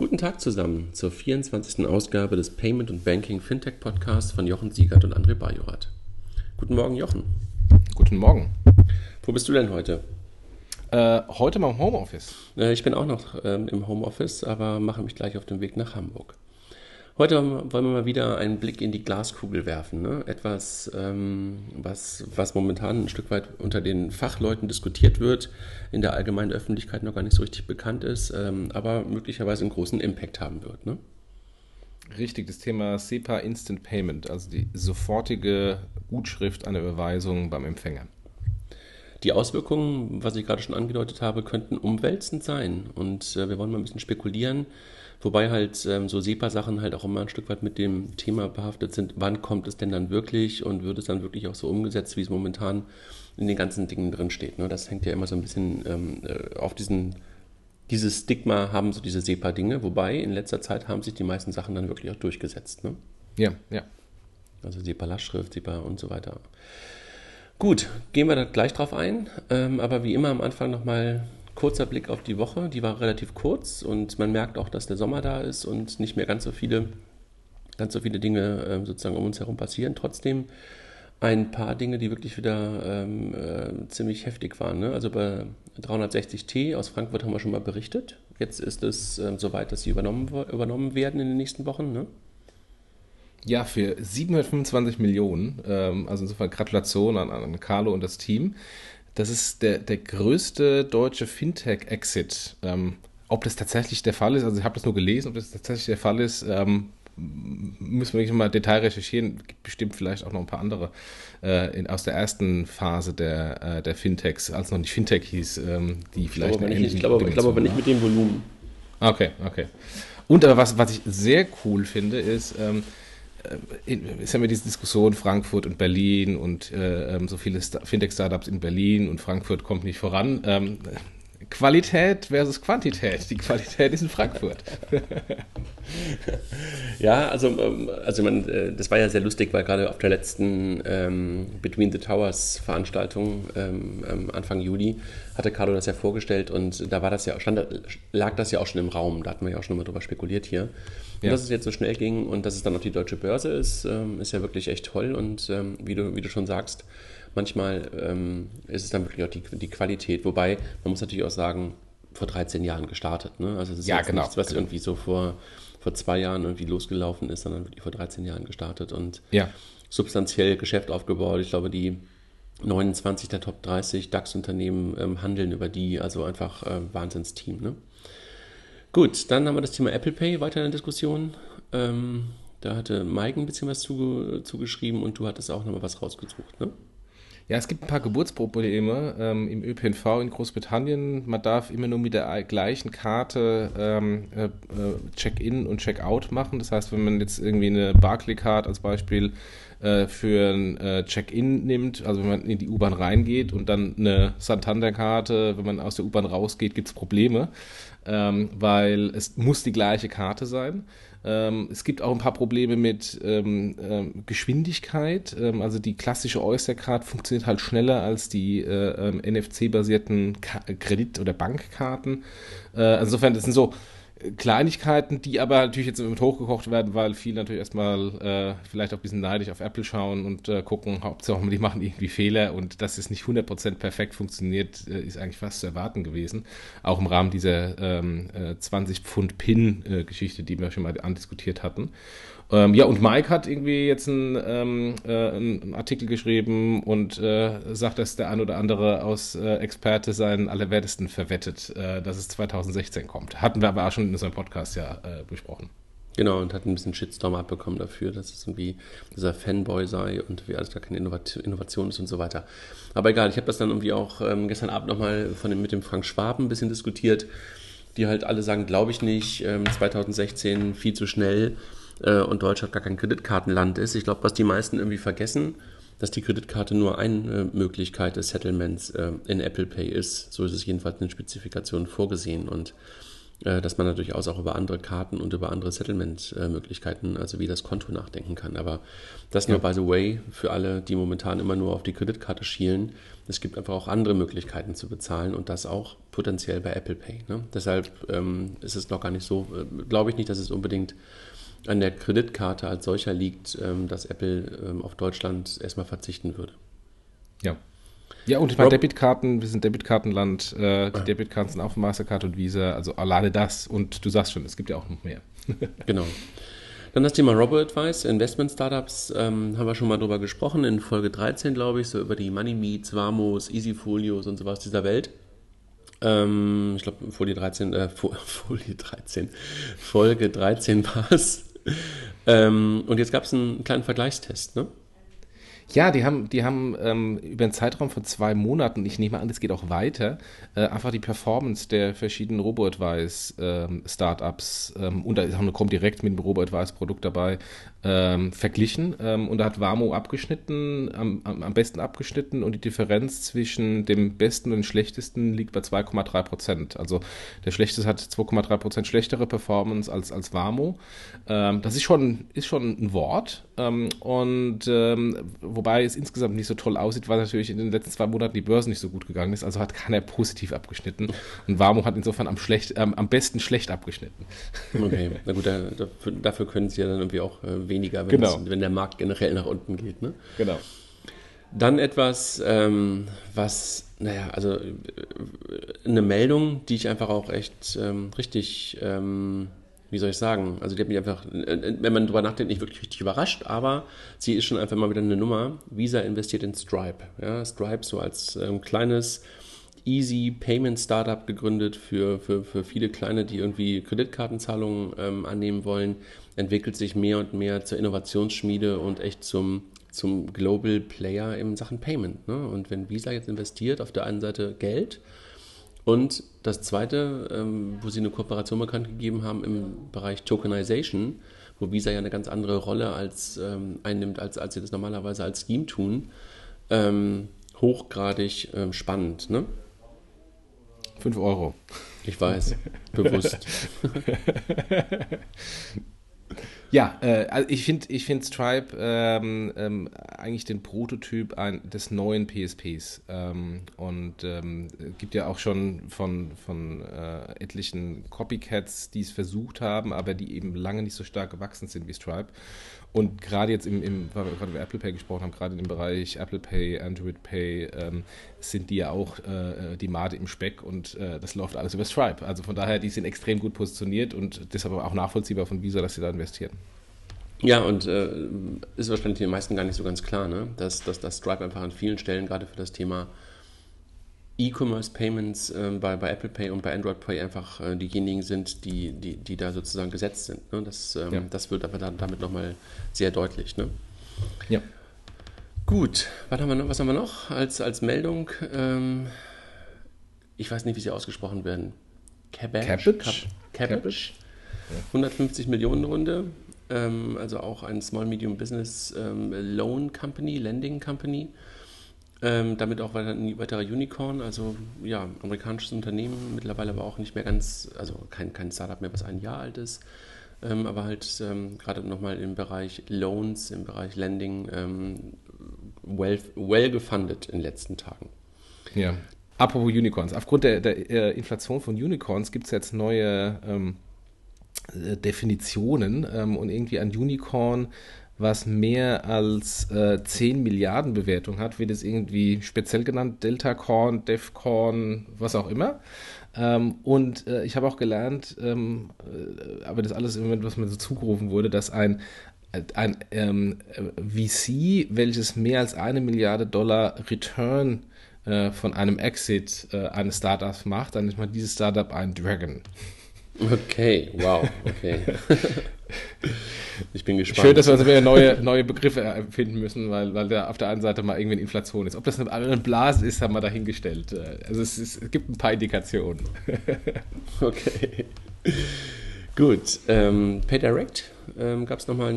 Guten Tag zusammen zur 24. Ausgabe des Payment und Banking Fintech Podcasts von Jochen Siegert und André Bajorath. Guten Morgen, Jochen. Guten Morgen. Wo bist du denn heute? Heute mal im Homeoffice. Ich bin auch noch im Homeoffice, aber mache mich gleich auf den Weg nach Hamburg. Heute wollen wir mal wieder einen Blick in die Glaskugel werfen. Ne? Etwas, was momentan ein Stück weit unter den Fachleuten diskutiert wird, in der allgemeinen Öffentlichkeit noch gar nicht so richtig bekannt ist, aber möglicherweise einen großen Impact haben wird. Ne? Richtig, das Thema SEPA Instant Payment, also die sofortige Gutschrift einer Überweisung beim Empfänger. Die Auswirkungen, was ich gerade schon angedeutet habe, könnten umwälzend sein. Und wir wollen mal ein bisschen spekulieren, wobei halt so SEPA-Sachen halt auch immer ein Stück weit mit dem Thema behaftet sind, wann kommt es denn dann wirklich und wird es dann wirklich auch so umgesetzt, wie es momentan in den ganzen Dingen drin steht. Ne? Das hängt ja immer so ein bisschen auf dieses Stigma haben so diese SEPA-Dinge, wobei in letzter Zeit haben sich die meisten Sachen dann wirklich auch durchgesetzt. Ne? Ja, ja. Also SEPA-Lastschrift, SEPA und so weiter. Gut, gehen wir da gleich drauf ein, aber wie immer am Anfang nochmal kurzer Blick auf die Woche. Die war relativ kurz und man merkt auch, dass der Sommer da ist und nicht mehr ganz so viele Dinge sozusagen um uns herum passieren. Trotzdem ein paar Dinge, die wirklich wieder ziemlich heftig waren. Ne? Also bei 360T aus Frankfurt haben wir schon mal berichtet. Jetzt ist es soweit, dass sie übernommen werden in den nächsten Wochen. Ne? Ja, für 725 Millionen. Also insofern Gratulation an Carlo und das Team. Das ist der größte deutsche Fintech-Exit. Ob das tatsächlich der Fall ist, also ich habe das nur gelesen, ob das tatsächlich der Fall ist, müssen wir wirklich mal Detail recherchieren. Gibt bestimmt vielleicht auch noch ein paar andere aus der ersten Phase der Fintechs, als noch nicht Fintech hieß, die vielleicht ich glaube aber nicht mit dem Volumen. Okay. Und aber was ich sehr cool finde, ist, es haben wir diese Diskussion Frankfurt und Berlin und so viele Fintech-Startups in Berlin und Frankfurt kommt nicht voran. Qualität versus Quantität. Die Qualität ist in Frankfurt. Ja, also das war ja sehr lustig, weil gerade auf der letzten Between the Towers Veranstaltung Anfang Juli hatte Carlo das ja vorgestellt und da lag das ja auch schon im Raum. Da hatten wir ja auch schon mal drüber spekuliert hier. Und dass es jetzt so schnell ging und dass es dann auf die deutsche Börse ist, ist ja wirklich echt toll und wie du schon sagst, manchmal ist es dann wirklich auch die Qualität, wobei man muss natürlich auch sagen, vor 13 Jahren gestartet. Ne? Also es ist jetzt nichts, was irgendwie so vor 2 Jahren irgendwie losgelaufen ist, sondern wirklich vor 13 Jahren gestartet und substanziell Geschäft aufgebaut. Ich glaube, die 29 der Top 30 DAX-Unternehmen handeln über die, also einfach Wahnsinnsteam. Ne? Gut, dann haben wir das Thema Apple Pay weiter in der Diskussion. Da hatte Mike ein bisschen was zugeschrieben und du hattest auch nochmal was rausgesucht, ne? Ja, es gibt ein paar Geburtsprobleme im ÖPNV in Großbritannien. Man darf immer nur mit der gleichen Karte Check-in und Check-out machen. Das heißt, wenn man jetzt irgendwie eine Barclaycard als Beispiel für ein Check-in nimmt, also wenn man in die U-Bahn reingeht und dann eine Santander-Karte, wenn man aus der U-Bahn rausgeht, gibt es Probleme, weil es muss die gleiche Karte sein. Es gibt auch ein paar Probleme mit Geschwindigkeit. Also die klassische Oyster-Card funktioniert halt schneller als die NFC-basierten Kredit- oder Bankkarten. Insofern, das sind so Kleinigkeiten, die aber natürlich jetzt mit hochgekocht werden, weil viele natürlich erstmal vielleicht auch ein bisschen neidisch auf Apple schauen und gucken, Hauptsache die machen irgendwie Fehler und dass es nicht 100% perfekt funktioniert, ist eigentlich fast zu erwarten gewesen. Auch im Rahmen dieser 20 Pfund PIN-Geschichte, die wir schon mal andiskutiert hatten. Und Mike hat irgendwie jetzt einen Artikel geschrieben und sagt, dass der ein oder andere aus Experte seinen Allerwertesten verwettet, dass es 2016 kommt. Hatten wir aber auch schon in unserem Podcast besprochen. Genau, und hat ein bisschen Shitstorm abbekommen dafür, dass es irgendwie dieser Fanboy sei und wie alles gar keine Innovation ist und so weiter. Aber egal, ich habe das dann irgendwie auch gestern Abend nochmal mit dem Frank Schwab ein bisschen diskutiert, die halt alle sagen, glaube ich nicht, 2016 viel zu schnell und Deutschland gar kein Kreditkartenland ist. Ich glaube, was die meisten irgendwie vergessen, dass die Kreditkarte nur eine Möglichkeit des Settlements in Apple Pay ist. So ist es jedenfalls in den Spezifikationen vorgesehen. Und dass man da durchaus auch über andere Karten und über andere Settlement-Möglichkeiten, also wie das Konto nachdenken kann. Aber das nur, by the way, für alle, die momentan immer nur auf die Kreditkarte schielen. Es gibt einfach auch andere Möglichkeiten zu bezahlen und das auch potenziell bei Apple Pay. Ne? Deshalb ist es noch gar nicht so, glaube ich nicht, dass es unbedingt an der Kreditkarte als solcher liegt, dass Apple auf Deutschland erstmal verzichten würde. Ja. Ja, und ich meine, Debitkarten, wir sind Debitkartenland, die Debitkarten sind auch Mastercard und Visa, also alleine das und du sagst schon, es gibt ja auch noch mehr. Genau. Dann das Thema Robo-Advice, Investment-Startups, haben wir schon mal drüber gesprochen, in Folge 13, glaube ich, so über die MoneyMe, Wamos, Easyfolios und sowas dieser Welt. Ich glaube, Folge 13 war es. Und jetzt gab es einen kleinen Vergleichstest, ne? Ja, die haben über einen Zeitraum von 2 Monaten, ich nehme an, das geht auch weiter, einfach die Performance der verschiedenen Robo-Advice-Startups, und da ist auch eine Comdirect mit dem Robo-Advice-Produkt dabei, verglichen. Und da hat Wamo abgeschnitten, am besten abgeschnitten, und die Differenz zwischen dem besten und dem schlechtesten liegt bei 2,3%. Also der schlechteste hat 2,3% schlechtere Performance als Wamo. Das ist schon ein Wort. Wobei es insgesamt nicht so toll aussieht, weil natürlich in den letzten 2 Monaten die Börse nicht so gut gegangen ist. Also hat keiner positiv abgeschnitten. Und Wamo hat insofern am besten schlecht abgeschnitten. Okay, na gut, dafür können sie ja dann irgendwie auch weniger, wenn der Markt generell nach unten geht. Ne? Genau. Dann etwas, was, also eine Meldung, die ich einfach auch echt richtig, wie soll ich sagen, also die hat mich einfach, wenn man drüber nachdenkt, nicht wirklich richtig überrascht, aber sie ist schon einfach mal wieder eine Nummer. Visa investiert in Stripe. Ja, Stripe so als kleines Easy Payment Startup gegründet für viele Kleine, die irgendwie Kreditkartenzahlungen annehmen wollen, entwickelt sich mehr und mehr zur Innovationsschmiede und echt zum Global Player in Sachen Payment. Ne? Und wenn Visa jetzt investiert, auf der einen Seite Geld und das zweite, wo sie eine Kooperation bekannt gegeben haben im Bereich Tokenization, wo Visa ja eine ganz andere Rolle einnimmt, als sie das normalerweise als Scheme tun, hochgradig spannend. Ne? 5 Euro. Ich weiß, bewusst. Ja, also ich find Stripe eigentlich den Prototyp des neuen PSPs. Gibt ja auch schon von etlichen Copycats, die es versucht haben, aber die eben lange nicht so stark gewachsen sind wie Stripe. Und gerade jetzt weil wir gerade über Apple Pay gesprochen haben, gerade in dem Bereich Apple Pay, Android Pay, sind die ja auch die Made im Speck, und das läuft alles über Stripe. Also von daher, die sind extrem gut positioniert und deshalb auch nachvollziehbar von Visa, dass sie da investieren. Ja, und ist wahrscheinlich den meisten gar nicht so ganz klar, ne? dass Stripe einfach an vielen Stellen gerade für das Thema E-Commerce-Payments bei Apple Pay und bei Android Pay einfach diejenigen sind, die da sozusagen gesetzt sind. Ne? Das wird aber damit nochmal sehr deutlich. Ne? Ja. Gut, was haben wir noch als Meldung? Ich weiß nicht, wie sie ausgesprochen werden. Cabbage. 150 Millionen Runde. Also auch ein Small Medium Business Loan Company, Lending Company. Damit auch ein weiterer Unicorn, also ja, amerikanisches Unternehmen, mittlerweile aber auch nicht mehr ganz, also kein Startup mehr, was ein Jahr alt ist, aber halt gerade nochmal im Bereich Loans, im Bereich Lending well gefundet in den letzten Tagen. Ja. Apropos Unicorns, aufgrund der Inflation von Unicorns gibt es jetzt neue Definitionen, und irgendwie ein Unicorn, was mehr als 10 Milliarden Bewertung hat, wird es irgendwie speziell genannt, Deltacorn, Defcorn, was auch immer. Ich habe auch gelernt, aber das alles im Moment, was mir so zugerufen wurde, dass ein VC, welches mehr als 1 Milliarde Dollar Return von einem Exit eines Startups macht, dann nennt man dieses Startup ein Dragon. Okay, wow, okay. Ich bin gespannt. Schön, dass wir uns wieder neue Begriffe erfinden müssen, weil da auf der einen Seite mal irgendwie eine Inflation ist. Ob das eine Blase ist, haben wir dahingestellt. Also es gibt ein paar Indikationen. Okay. Gut. PayDirect, gab es nochmal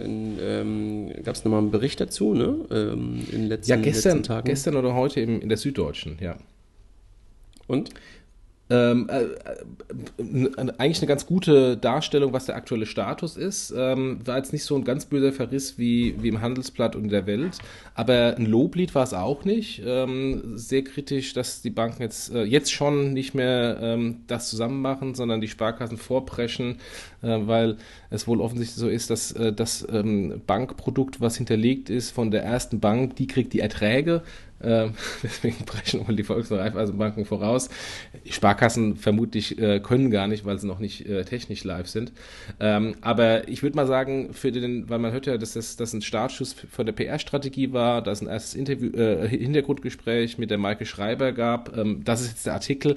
einen Bericht dazu, ne? In den letzten Tagen? Gestern oder heute in der Süddeutschen, ja. Und? Eigentlich eine ganz gute Darstellung, was der aktuelle Status ist. War jetzt nicht so ein ganz böser Verriss wie im Handelsblatt und in der Welt, aber ein Loblied war es auch nicht. Sehr kritisch, dass die Banken jetzt schon nicht mehr das zusammen machen, sondern die Sparkassen vorpreschen, weil es wohl offensichtlich so ist, dass das Bankprodukt, was hinterlegt ist von der ersten Bank, die kriegt die Erträge. Deswegen brechen wohl die Volks- und Raiffeisenbanken voraus. Die Sparkassen vermutlich können gar nicht, weil sie noch nicht technisch live sind. Aber ich würde mal sagen, weil man hört ja, dass das ein Startschuss von der PR-Strategie war, dass ein erstes Hintergrundgespräch mit der Maike Schreiber gab. Das ist jetzt der Artikel.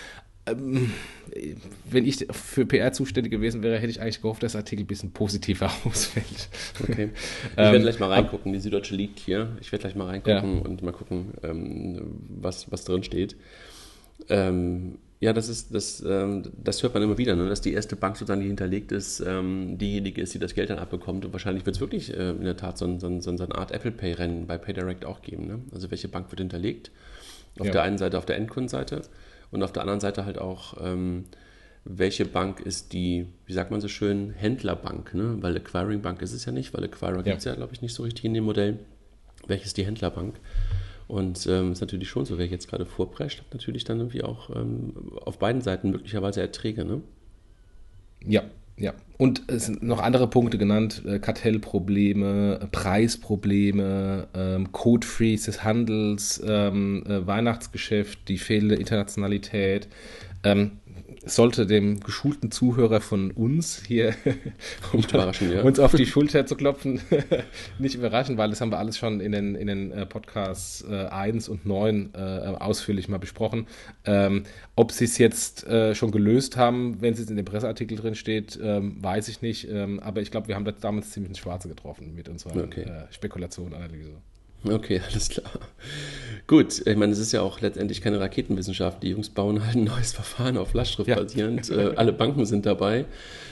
Wenn ich für PR zuständig gewesen wäre, hätte ich eigentlich gehofft, dass der Artikel ein bisschen positiver ausfällt. Okay. Ich werde gleich mal reingucken. Die Süddeutsche liegt hier. Ich werde gleich mal reingucken und mal gucken, was drin steht. Ja, das hört man immer wieder, ne? Dass die erste Bank sozusagen, die hinterlegt ist, diejenige ist, die das Geld dann abbekommt. Und wahrscheinlich wird es wirklich in der Tat so eine Art Apple Pay-Rennen bei PayDirect auch geben. Ne? Also welche Bank wird hinterlegt? Auf der einen Seite auf der Endkundenseite und auf der anderen Seite halt auch, welche Bank ist die, wie sagt man so schön, Händlerbank, ne? Weil Acquiring-Bank ist es ja nicht, weil Acquirer gibt es ja, glaube ich, nicht so richtig in dem Modell. Welches ist die Händlerbank? Und ist natürlich schon so, wer jetzt gerade vorprescht, hat natürlich dann irgendwie auch auf beiden Seiten möglicherweise Erträge, ne? Ja, ja. Und es sind noch andere Punkte genannt, Kartellprobleme, Preisprobleme, Code-Freeze des Handels, Weihnachtsgeschäft, die fehlende Internationalität. Sollte dem geschulten Zuhörer von uns hier, nicht überraschen, ja. uns auf die Schulter zu klopfen, nicht überraschen, weil das haben wir alles schon in den Podcasts 1 und 9 ausführlich mal besprochen. Ob sie es jetzt schon gelöst haben, wenn es jetzt in dem Presseartikel drin steht, weiß ich nicht. Aber ich glaube, wir haben das damals ziemlich ins Schwarze getroffen mit unserer Spekulation, Analyse. Okay, alles klar. Gut, ich meine, es ist ja auch letztendlich keine Raketenwissenschaft. Die Jungs bauen halt ein neues Verfahren auf Lastschrift basierend. Alle Banken sind dabei.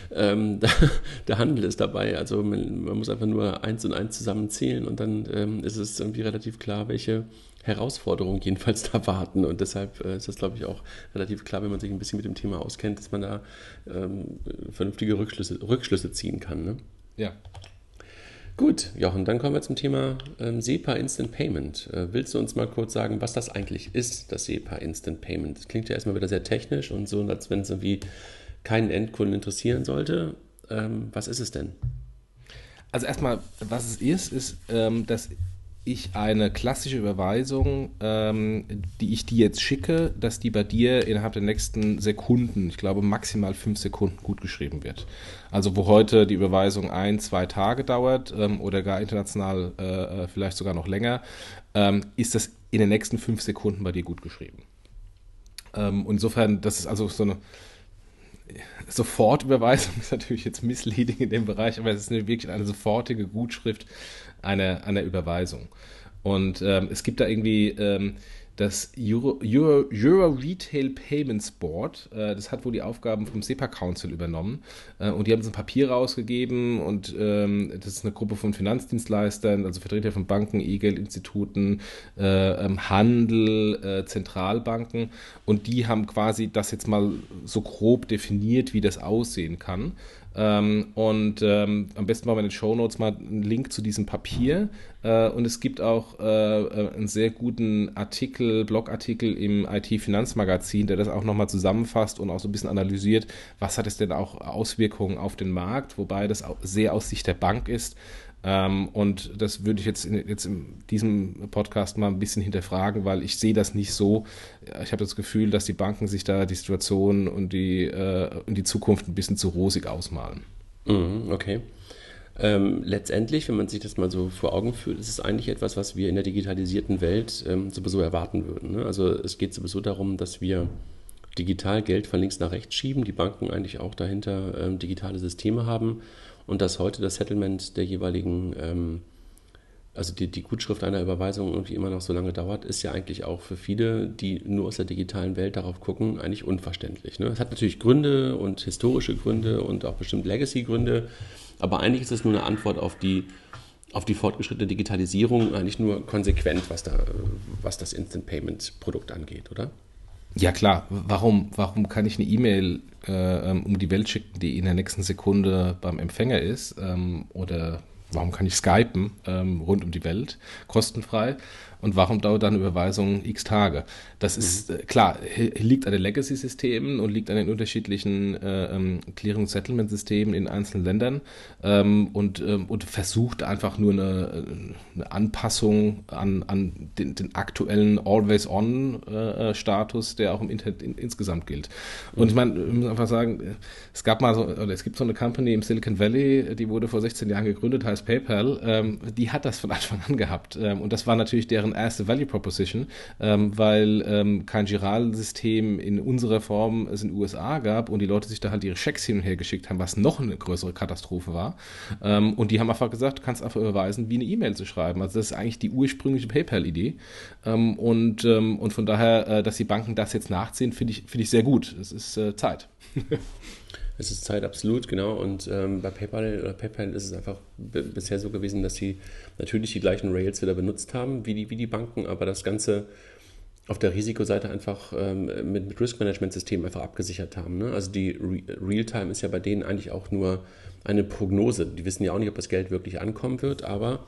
Der Handel ist dabei. Also man muss einfach nur 1 und 1 zusammenzählen und dann ist es irgendwie relativ klar, welche Herausforderungen jedenfalls da warten. Und deshalb ist das, glaube ich, auch relativ klar, wenn man sich ein bisschen mit dem Thema auskennt, dass man da vernünftige Rückschlüsse ziehen kann. Ne? Ja. Gut, Jochen, dann kommen wir zum Thema SEPA Instant Payment. Willst du uns mal kurz sagen, was das eigentlich ist, das SEPA Instant Payment? Das klingt ja erstmal wieder sehr technisch und so, als wenn es irgendwie keinen Endkunden interessieren sollte. Was ist es denn? Also erstmal, was es ist, dass ich eine klassische Überweisung, die ich dir jetzt schicke, dass die bei dir innerhalb der nächsten Sekunden, ich glaube maximal 5 Sekunden gut geschrieben wird. Also wo heute die Überweisung 1, 2 Tage dauert oder gar international vielleicht sogar noch länger, ist das in den nächsten 5 Sekunden bei dir gut geschrieben. Insofern, das ist also so eine Sofortüberweisung, ist natürlich jetzt misleading in dem Bereich, aber es ist wirklich eine sofortige Gutschrift einer Überweisung. Und es gibt da irgendwie das Euro Retail Payments Board, das hat wohl die Aufgaben vom SEPA Council übernommen und die haben so ein Papier rausgegeben und das ist eine Gruppe von Finanzdienstleistern, also Vertreter von Banken, E-Geldinstituten, Handel, Zentralbanken und die haben quasi das jetzt mal so grob definiert, wie das aussehen kann. Am besten machen wir in den Shownotes mal einen Link zu diesem Papier und es gibt auch einen sehr guten Blogartikel im IT-Finanzmagazin, der das auch nochmal zusammenfasst und auch so ein bisschen analysiert, was hat es denn auch Auswirkungen auf den Markt, wobei das auch sehr aus Sicht der Bank ist. Und das würde ich jetzt in diesem Podcast mal ein bisschen hinterfragen, weil ich sehe das nicht so. Ich habe das Gefühl, dass die Banken sich da die Situation und die Zukunft ein bisschen zu rosig ausmalen. Okay. Letztendlich, wenn man sich das mal so vor Augen führt, ist es eigentlich etwas, was wir in der digitalisierten Welt sowieso erwarten würden. Ne? Also es geht sowieso darum, dass wir digital Geld von links nach rechts schieben, die Banken eigentlich auch dahinter digitale Systeme haben und dass heute das Settlement der jeweiligen, also die Gutschrift einer Überweisung irgendwie immer noch so lange dauert, ist ja eigentlich auch für viele, die nur aus der digitalen Welt darauf gucken, eigentlich unverständlich. Ne? Es hat natürlich Gründe und historische Gründe und auch bestimmt Legacy-Gründe, aber eigentlich ist es nur eine Antwort auf die fortgeschrittene Digitalisierung, eigentlich nur konsequent, was das Instant Payment Produkt angeht, oder? Ja klar, warum kann ich eine E-Mail um die Welt schicken, die in der nächsten Sekunde beim Empfänger ist? Oder warum kann ich skypen rund um die Welt, kostenfrei? Und warum dauert dann eine Überweisung x Tage? Das Mhm. ist klar, liegt an den Legacy-Systemen und liegt an den unterschiedlichen Clearing-Settlement-Systemen in einzelnen Ländern und versucht einfach nur eine Anpassung an den aktuellen Always-On-Status, der auch im Internet insgesamt gilt. Und ich Mhm. meine, ich muss einfach sagen, es gibt so eine Company im Silicon Valley, die wurde vor 16 Jahren gegründet, heißt PayPal. Die hat das von Anfang an gehabt. Und das war natürlich deren erste Value Proposition, weil kein Giralsystem in unserer Form es in den USA gab und die Leute sich da halt ihre Schecks hin und her geschickt haben, was noch eine größere Katastrophe war. Und die haben einfach gesagt, du kannst einfach überweisen, wie eine E-Mail zu schreiben. Also das ist eigentlich die ursprüngliche PayPal-Idee. Und von daher, dass die Banken das jetzt nachziehen, finde ich sehr gut. Es ist Zeit. Es ist Zeit, absolut, genau. Und bei PayPal ist es einfach bisher so gewesen, dass sie natürlich die gleichen Rails wieder benutzt haben wie die Banken, aber das Ganze auf der Risikoseite einfach mit Risk-Management-Systemen einfach abgesichert haben. Ne? Also die Realtime ist ja bei denen eigentlich auch nur eine Prognose. Die wissen ja auch nicht, ob das Geld wirklich ankommen wird, aber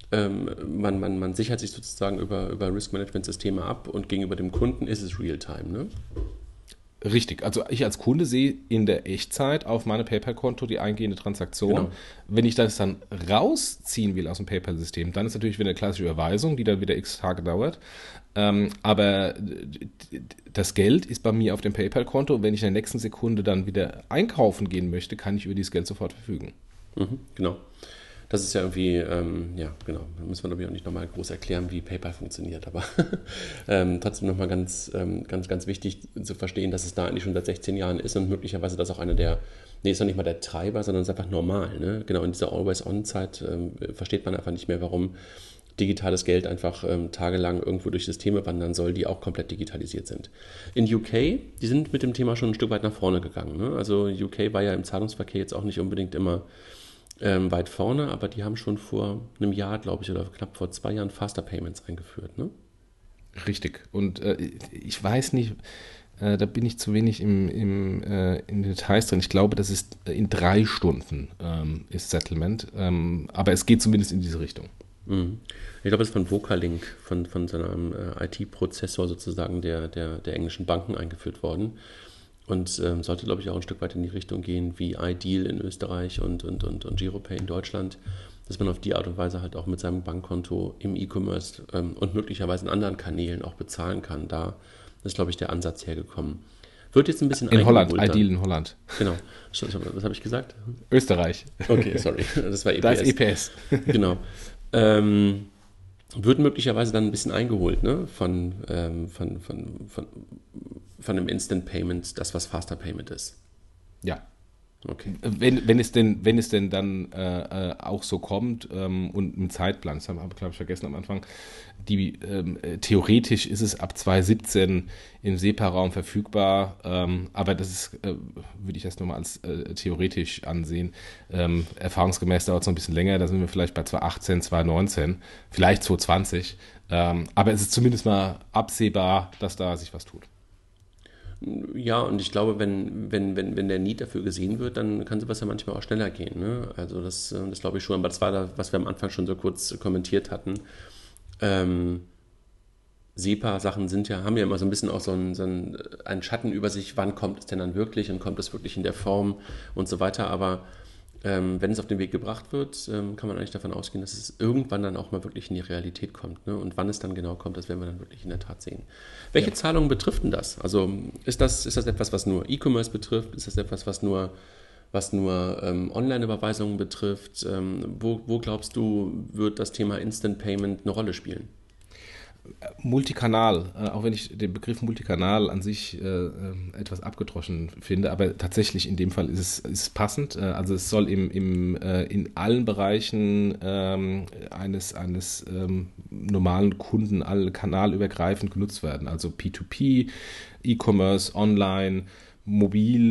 man sichert sich sozusagen über Risk-Management-Systeme ab und gegenüber dem Kunden ist es Realtime. Ne? Richtig. Also ich als Kunde sehe in der Echtzeit auf meinem PayPal-Konto die eingehende Transaktion. Genau. Wenn ich das dann rausziehen will aus dem PayPal-System, dann ist natürlich wieder eine klassische Überweisung, die dann wieder x Tage dauert. Aber das Geld ist bei mir auf dem PayPal-Konto und wenn ich in der nächsten Sekunde dann wieder einkaufen gehen möchte, kann ich über dieses Geld sofort verfügen. Mhm, genau. Das ist ja irgendwie, ja, genau. Da müssen wir, glaube ich, auch nicht nochmal groß erklären, wie PayPal funktioniert. Aber trotzdem nochmal ganz wichtig zu verstehen, dass es da eigentlich schon seit 16 Jahren ist und möglicherweise das auch einer der, nee, ist doch nicht mal der Treiber, sondern es ist einfach normal. Ne? Genau, in dieser Always-On-Zeit versteht man einfach nicht mehr, warum digitales Geld einfach tagelang irgendwo durch Systeme wandern soll, die auch komplett digitalisiert sind. In UK, die sind mit dem Thema schon ein Stück weit nach vorne gegangen. Ne? Also UK war ja im Zahlungsverkehr jetzt auch nicht unbedingt immer weit vorne, aber die haben schon vor einem Jahr, glaube ich, oder knapp vor 2 Jahren Faster Payments eingeführt. Ne? Richtig. Und ich weiß nicht, da bin ich zu wenig in den Details drin. Ich glaube, das ist in 3 Stunden ist Settlement. Aber es geht zumindest in diese Richtung. Mhm. Ich glaube, es ist von Vocalink, von so einem IT-Prozessor sozusagen der englischen Banken eingeführt worden. Und sollte, glaube ich, auch ein Stück weit in die Richtung gehen wie iDeal in Österreich und Giropay in Deutschland, dass man auf die Art und Weise halt auch mit seinem Bankkonto im E-Commerce und möglicherweise in anderen Kanälen auch bezahlen kann. Da ist, glaube ich, der Ansatz hergekommen. Wird jetzt ein bisschen In Holland, eingeholt Ideal dann. in Holland. Genau. Was habe ich gesagt? Österreich. Okay, sorry. Das war Da ist EPS. EPS. Genau. Ähm, wird möglicherweise dann ein bisschen eingeholt, ne? Von einem Instant Payment, das was Faster Payment ist. Ja. Okay. Wenn es denn dann auch so kommt und ein Zeitplan, das haben wir, glaube ich, vergessen am Anfang, theoretisch ist es ab 2017 im SEPA-Raum verfügbar, aber das ist, würde ich das nur mal als theoretisch ansehen. Erfahrungsgemäß dauert es noch ein bisschen länger, da sind wir vielleicht bei 2018, 2019, vielleicht 2020, aber es ist zumindest mal absehbar, dass da sich was tut. Ja, und ich glaube, wenn der Need dafür gesehen wird, dann kann sowas ja manchmal auch schneller gehen. Ne? Also das glaube ich schon, aber das war da, was wir am Anfang schon so kurz kommentiert hatten. Ähm, SEPA-Sachen haben ja immer so ein bisschen auch einen Schatten über sich, wann kommt es denn dann wirklich und kommt es wirklich in der Form und so weiter. Aber wenn es auf den Weg gebracht wird, kann man eigentlich davon ausgehen, dass es irgendwann dann auch mal wirklich in die Realität kommt. Ne? Und wann es dann genau kommt, das werden wir dann wirklich in der Tat sehen. Welche Ja. Zahlungen betrifft denn das? Also ist das etwas, was nur E-Commerce betrifft? Ist das etwas, was nur Online-Überweisungen betrifft? Wo glaubst du, wird das Thema Instant Payment eine Rolle spielen? Multikanal, auch wenn ich den Begriff Multikanal an sich etwas abgedroschen finde, aber tatsächlich in dem Fall ist es passend. Also es soll in allen Bereichen eines normalen Kunden alle kanalübergreifend genutzt werden. Also P2P, E-Commerce, Online, mobil,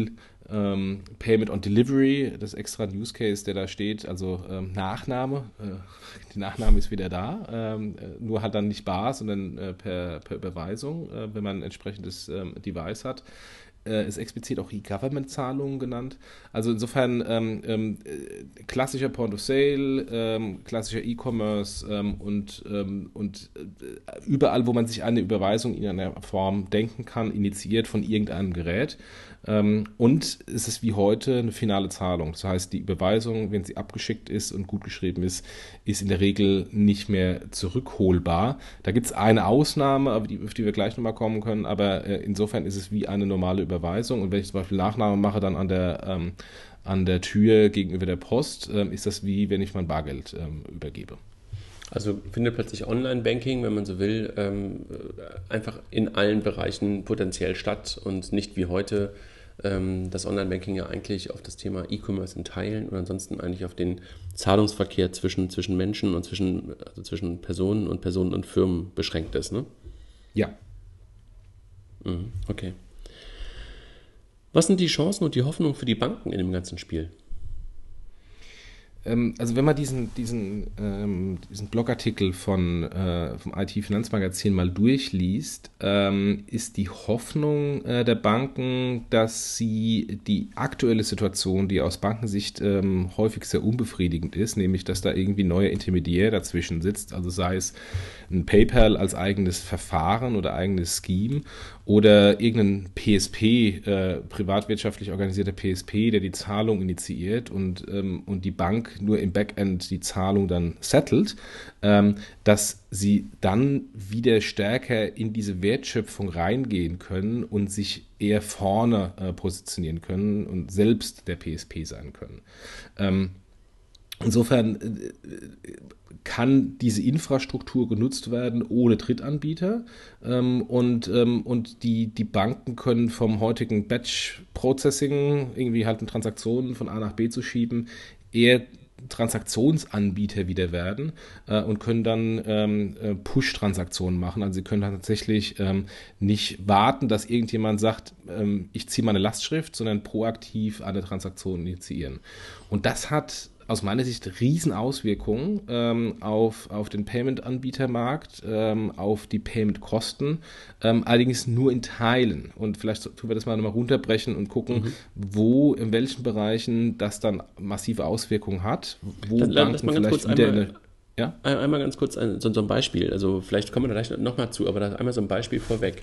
Payment on Delivery, das extra Use Case, der da steht, also Nachname, die Nachname ist wieder da, nur halt dann nicht bar, sondern per Überweisung, wenn man ein entsprechendes Device hat. Ist explizit auch E-Government-Zahlungen genannt. Also insofern klassischer Point of Sale, klassischer E-Commerce und überall, wo man sich eine Überweisung in einer Form denken kann, initiiert von irgendeinem Gerät. Und es ist wie heute eine finale Zahlung. Das heißt, die Überweisung, wenn sie abgeschickt ist und gut geschrieben ist, ist in der Regel nicht mehr zurückholbar. Da gibt es eine Ausnahme, auf die wir gleich nochmal kommen können, aber insofern ist es wie eine normale Überweisung. Und wenn ich zum Beispiel Nachname mache, dann an der Tür gegenüber der Post, ist das wie wenn ich mein Bargeld übergebe. Also findet plötzlich Online-Banking, wenn man so will, einfach in allen Bereichen potenziell statt und nicht wie heute das Online-Banking ja eigentlich auf das Thema E-Commerce in Teilen und ansonsten eigentlich auf den Zahlungsverkehr zwischen Menschen und zwischen Personen und Firmen beschränkt ist, ne? Ja. Okay. Was sind die Chancen und die Hoffnungen für die Banken in dem ganzen Spiel? Also wenn man diesen Blogartikel vom IT-Finanzmagazin mal durchliest, ist die Hoffnung der Banken, dass sie die aktuelle Situation, die aus Bankensicht häufig sehr unbefriedigend ist, nämlich dass da irgendwie ein neuer Intermediär dazwischen sitzt, also sei es ein PayPal als eigenes Verfahren oder eigenes Scheme oder irgendein PSP, privatwirtschaftlich organisierter PSP, der die Zahlung initiiert und die Bank nur im Backend die Zahlung dann settelt, dass sie dann wieder stärker in diese Wertschöpfung reingehen können und sich eher vorne positionieren können und selbst der PSP sein können. Insofern kann diese Infrastruktur genutzt werden ohne Drittanbieter und die Banken können vom heutigen Batch-Processing, irgendwie halt Transaktionen von A nach B zu schieben, eher Transaktionsanbieter wieder werden und können dann Push-Transaktionen machen. Also sie können dann tatsächlich nicht warten, dass irgendjemand sagt, ich ziehe mal eine Lastschrift, sondern proaktiv eine Transaktion initiieren. Und das hat aus meiner Sicht Riesenauswirkungen auf den Payment-Anbietermarkt, auf die Payment-Kosten, allerdings nur in Teilen. Und vielleicht tun wir das mal nochmal runterbrechen und gucken, in welchen Bereichen das dann massive Auswirkungen hat, wo Banken vielleicht wieder einmal ganz kurz so ein Beispiel. Also vielleicht kommen wir da gleich nochmal zu, aber da einmal so ein Beispiel vorweg.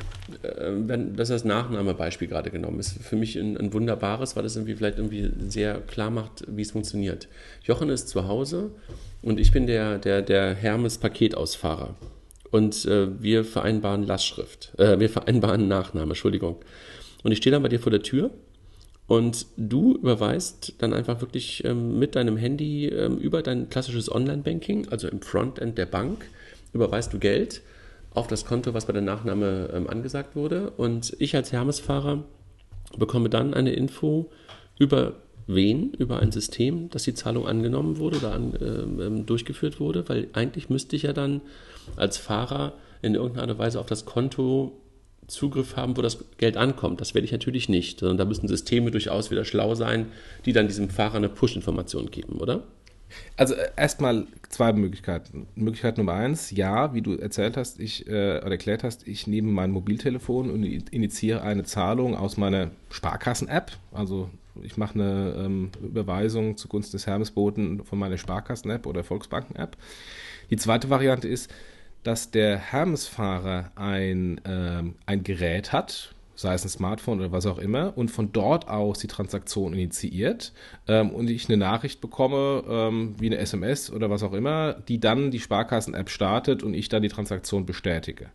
Das ist das Nachnamebeispiel gerade genommen. Ist für mich ein wunderbares, weil das vielleicht sehr klar macht, wie es funktioniert. Jochen ist zu Hause und ich bin der Hermes-Paketausfahrer. Und wir vereinbaren Lastschrift. Wir vereinbaren Nachname, Entschuldigung. Und ich stehe dann bei dir vor der Tür und du überweist dann einfach wirklich mit deinem Handy über dein klassisches Online-Banking, also im Frontend der Bank, überweist du Geld auf das Konto, was bei der Nachname angesagt wurde. Und ich als Hermes-Fahrer bekomme dann eine Info über ein System, dass die Zahlung angenommen wurde oder durchgeführt wurde, weil eigentlich müsste ich ja dann als Fahrer in irgendeiner Art und Weise auf das Konto Zugriff haben, wo das Geld ankommt. Das werde ich natürlich nicht, sondern da müssen Systeme durchaus wieder schlau sein, die dann diesem Fahrer eine Push-Information geben, oder? Also erstmal zwei Möglichkeiten. Möglichkeit Nummer 1, ja, wie du erzählt hast, oder erklärt hast, ich nehme mein Mobiltelefon und initiiere eine Zahlung aus meiner Sparkassen-App. Also ich mache eine Überweisung zugunsten des Hermesboten von meiner Sparkassen-App oder Volksbanken-App. Die zweite Variante ist, dass der Hermes-Fahrer ein Gerät hat, sei es ein Smartphone oder was auch immer, und von dort aus die Transaktion initiiert und ich eine Nachricht bekomme, wie eine SMS oder was auch immer, die dann die Sparkassen-App startet und ich dann die Transaktion bestätige.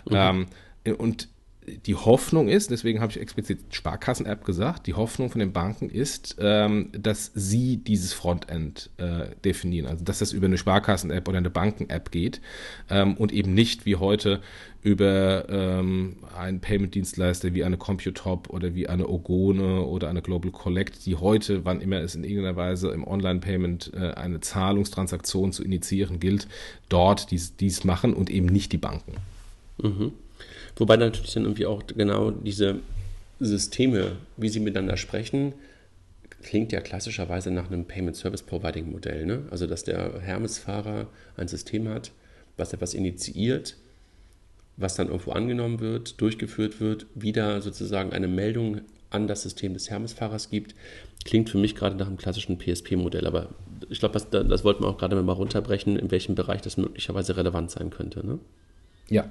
Und die Hoffnung ist, deswegen habe ich explizit Sparkassen-App gesagt, die Hoffnung von den Banken ist, dass sie dieses Frontend definieren, also dass das über eine Sparkassen-App oder eine Banken-App geht und eben nicht wie heute über einen Payment-Dienstleister wie eine Computop oder wie eine Ogone oder eine Global Collect, die heute, wann immer es in irgendeiner Weise im Online-Payment eine Zahlungstransaktion zu initiieren gilt, dort dies machen und eben nicht die Banken. Mhm. Wobei natürlich dann irgendwie auch genau diese Systeme, wie sie miteinander sprechen, klingt ja klassischerweise nach einem Payment Service Providing Modell. Ne? Also, dass der Hermes-Fahrer ein System hat, was etwas initiiert, was dann irgendwo angenommen wird, durchgeführt wird, wieder sozusagen eine Meldung an das System des Hermes-Fahrers gibt, klingt für mich gerade nach einem klassischen PSP-Modell. Aber ich glaube, das wollten wir auch gerade mal runterbrechen, in welchem Bereich das möglicherweise relevant sein könnte. Ne? Ja.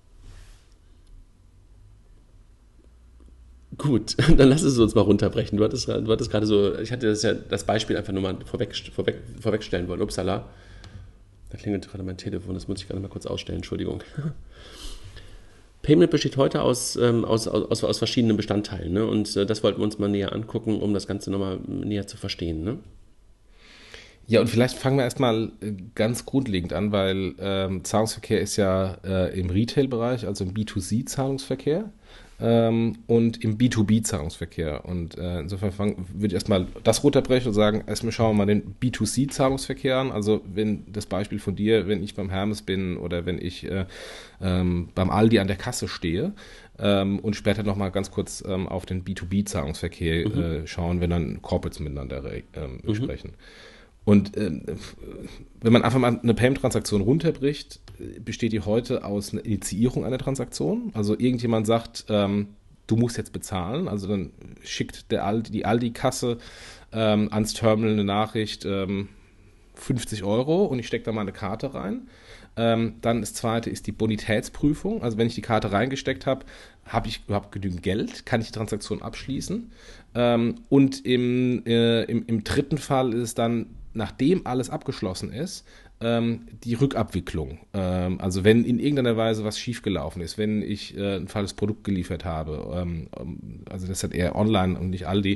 Gut, dann lass es uns mal runterbrechen. Du hattest gerade so, ich hatte das Beispiel einfach nur mal vorwegstellen wollen. Upsala, da klingelt gerade mein Telefon, das muss ich gerade mal kurz ausstellen, Entschuldigung. Payment besteht heute aus verschiedenen Bestandteilen, ne? Und das wollten wir uns mal näher angucken, um das Ganze nochmal näher zu verstehen. Ne? Ja, und vielleicht fangen wir erstmal ganz grundlegend an, weil Zahlungsverkehr ist ja im Retail-Bereich, also im B2C-Zahlungsverkehr und im B2B-Zahlungsverkehr. Und insofern würde ich erstmal das runterbrechen und sagen, erstmal schauen wir mal den B2C-Zahlungsverkehr an. Also wenn das Beispiel von dir, wenn ich beim Hermes bin oder wenn ich beim Aldi an der Kasse stehe und später nochmal ganz kurz auf den B2B-Zahlungsverkehr schauen, wenn dann Corporates miteinander sprechen. Und wenn man einfach mal eine Payment-Transaktion runterbricht, besteht die heute aus einer Initiierung einer Transaktion. Also irgendjemand sagt, du musst jetzt bezahlen. Also dann schickt die Aldi-Kasse ans Terminal eine Nachricht, 50 Euro und ich stecke da mal eine Karte rein. Dann das zweite ist die Bonitätsprüfung. Also wenn ich die Karte reingesteckt habe, habe ich überhaupt genügend Geld, kann ich die Transaktion abschließen. Und im dritten Fall ist es dann, nachdem alles abgeschlossen ist, die Rückabwicklung. Also wenn in irgendeiner Weise was schiefgelaufen ist, wenn ich ein falsches Produkt geliefert habe, also das hat eher online und nicht Aldi,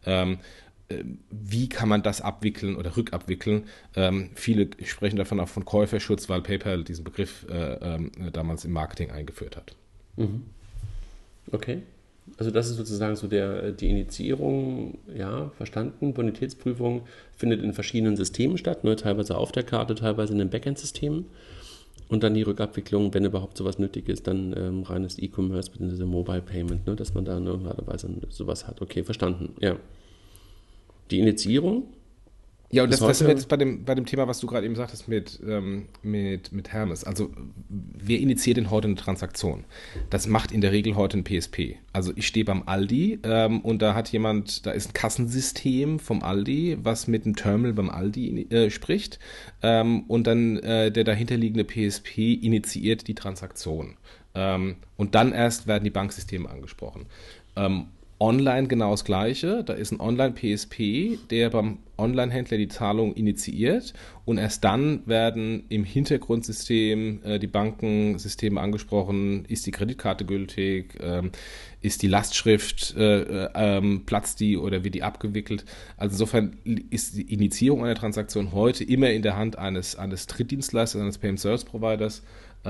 wie kann man das abwickeln oder rückabwickeln? Viele sprechen davon auch von Käuferschutz, weil PayPal diesen Begriff damals im Marketing eingeführt hat. Okay. Also das ist sozusagen so die Initiierung, ja, verstanden. Bonitätsprüfung findet in verschiedenen Systemen statt, ne, teilweise auf der Karte, teilweise in den Backend-Systemen. Und dann die Rückabwicklung, wenn überhaupt sowas nötig ist, dann reines E-Commerce bzw. Mobile Payment, ne, dass man da in irgendeiner Weise sowas hat. Okay, verstanden, ja. Die Initiierung? Ja, und das sind wir jetzt bei dem Thema, was du gerade eben sagtest mit Hermes. Also, wer initiiert denn heute eine Transaktion? Das macht in der Regel heute ein PSP. Also, ich stehe beim Aldi und da ist ein Kassensystem vom Aldi, was mit dem Terminal beim Aldi spricht. Und dann der dahinterliegende PSP initiiert die Transaktion. Und dann erst werden die Banksysteme angesprochen. Online genau das Gleiche. Da ist ein Online-PSP, der beim Online-Händler die Zahlung initiiert und erst dann werden im Hintergrundsystem die Bankensysteme angesprochen. Ist die Kreditkarte gültig? Ist die Lastschrift, platzt die oder wird die abgewickelt? Also insofern ist die Initiierung einer Transaktion heute immer in der Hand eines Drittdienstleisters, eines Payment Service Providers.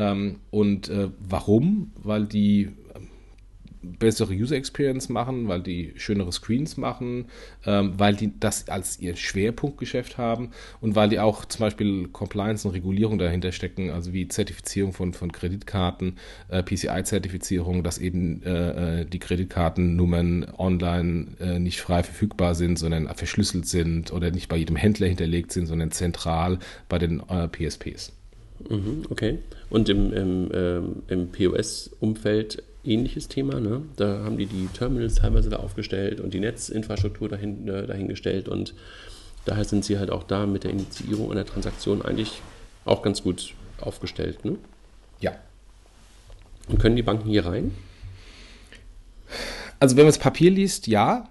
Warum? Weil die bessere User Experience machen, weil die schönere Screens machen, weil die das als ihr Schwerpunktgeschäft haben und weil die auch zum Beispiel Compliance und Regulierung dahinter stecken, also wie Zertifizierung von Kreditkarten, PCI-Zertifizierung, dass eben die Kreditkartennummern online nicht frei verfügbar sind, sondern verschlüsselt sind oder nicht bei jedem Händler hinterlegt sind, sondern zentral bei den PSPs. Okay. Und im POS-Umfeld ähnliches Thema, ne? Da haben die Terminals teilweise da aufgestellt und die Netzinfrastruktur dahingestellt und daher sind sie halt auch da mit der Initiierung einer Transaktion eigentlich auch ganz gut aufgestellt, ne? Ja. Und können die Banken hier rein? Also wenn man das Papier liest, ja.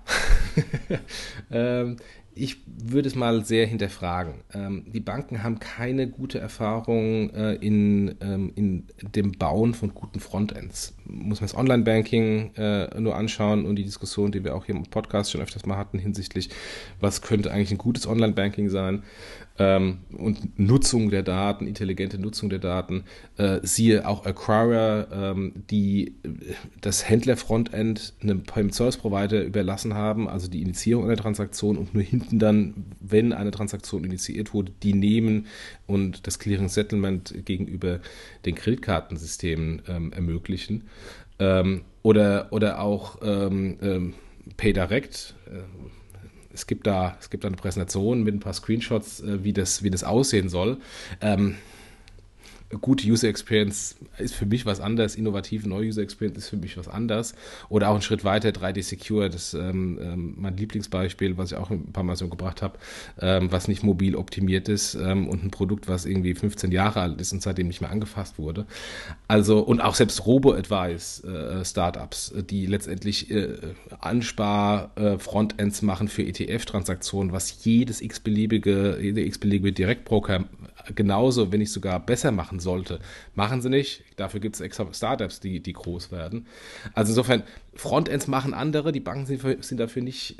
Ich würde es mal sehr hinterfragen. Die Banken haben keine gute Erfahrung in dem Bauen von guten Frontends. Muss man das Online-Banking nur anschauen und die Diskussion, die wir auch hier im Podcast schon öfters mal hatten hinsichtlich, was könnte eigentlich ein gutes Online-Banking sein und Nutzung der Daten, intelligente Nutzung der Daten. Siehe auch Acquire, die das Händler-Frontend einem Payment Service Provider überlassen haben, also die Initiierung einer Transaktion und nur hinten dann, wenn eine Transaktion initiiert wurde, die nehmen und das Clearing Settlement gegenüber den Kreditkartensystemen ermöglichen. Oder auch PayDirect. Es gibt da eine Präsentation mit ein paar Screenshots, wie das aussehen soll. Ähm, Gute User Experience ist für mich was anderes, innovative neue User Experience ist für mich was anderes. Oder auch einen Schritt weiter, 3D Secure, das mein Lieblingsbeispiel, was ich auch ein paar Mal so gebracht habe, was nicht mobil optimiert ist und ein Produkt, was irgendwie 15 Jahre alt ist und seitdem nicht mehr angefasst wurde. Also, und auch selbst Robo-Advice-Startups, die letztendlich Anspar-Frontends machen für ETF-Transaktionen, was jede x-beliebige Direktbroker genauso, wenn nicht sogar besser machen sollte. Machen sie nicht. Dafür gibt es extra Startups, die groß werden. Also insofern, Frontends machen andere, die Banken sind dafür nicht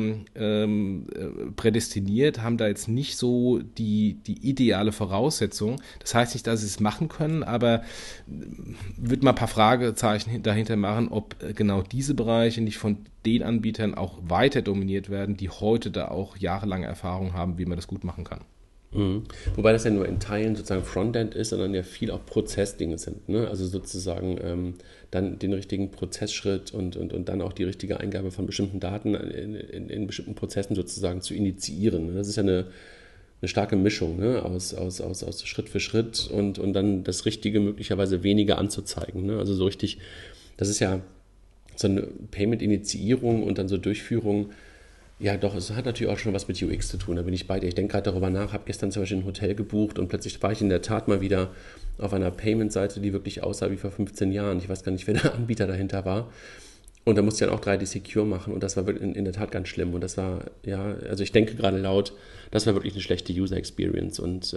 prädestiniert, haben da jetzt nicht so die ideale Voraussetzung. Das heißt nicht, dass sie es machen können, aber würde mal ein paar Fragezeichen dahinter machen, ob genau diese Bereiche nicht von den Anbietern auch weiter dominiert werden, die heute da auch jahrelange Erfahrung haben, wie man das gut machen kann. Mhm. Wobei das ja nur in Teilen sozusagen Frontend ist, sondern ja viel auch Prozessdinge sind. Ne? Also sozusagen dann den richtigen Prozessschritt und dann auch die richtige Eingabe von bestimmten Daten in bestimmten Prozessen sozusagen zu initiieren. Ne? Das ist ja eine starke Mischung, ne? aus Schritt für Schritt und dann das Richtige möglicherweise weniger anzuzeigen. Ne? Also so richtig, das ist ja so eine Payment-Initiierung und dann so Durchführung. Ja, doch, es hat natürlich auch schon was mit UX zu tun, da bin ich bei dir. Ich denke gerade darüber nach, habe gestern zum Beispiel ein Hotel gebucht und plötzlich war ich in der Tat mal wieder auf einer Payment-Seite, die wirklich aussah wie vor 15 Jahren. Ich weiß gar nicht, wer der Anbieter dahinter war. Und da musste ich dann auch 3D Secure machen und das war wirklich in der Tat ganz schlimm. Und das war, ja, also ich denke gerade laut, das war wirklich eine schlechte User Experience. Und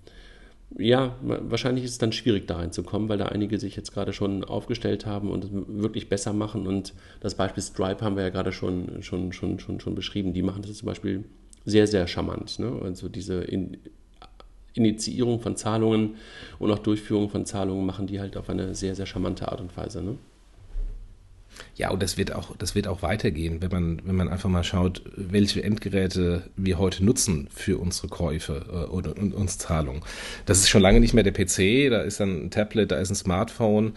ja, wahrscheinlich ist es dann schwierig, da reinzukommen, weil da einige sich jetzt gerade schon aufgestellt haben und es wirklich besser machen. Und das Beispiel Stripe haben wir ja gerade schon beschrieben. Die machen das zum Beispiel sehr, sehr charmant. Ne? Also diese Initiierung von Zahlungen und auch Durchführung von Zahlungen machen die halt auf eine sehr, sehr charmante Art und Weise. Ne? Ja, und das wird auch weitergehen, wenn man einfach mal schaut, welche Endgeräte wir heute nutzen für unsere Käufe und uns Zahlungen. Das ist schon lange nicht mehr der PC, da ist dann ein Tablet, da ist ein Smartphone.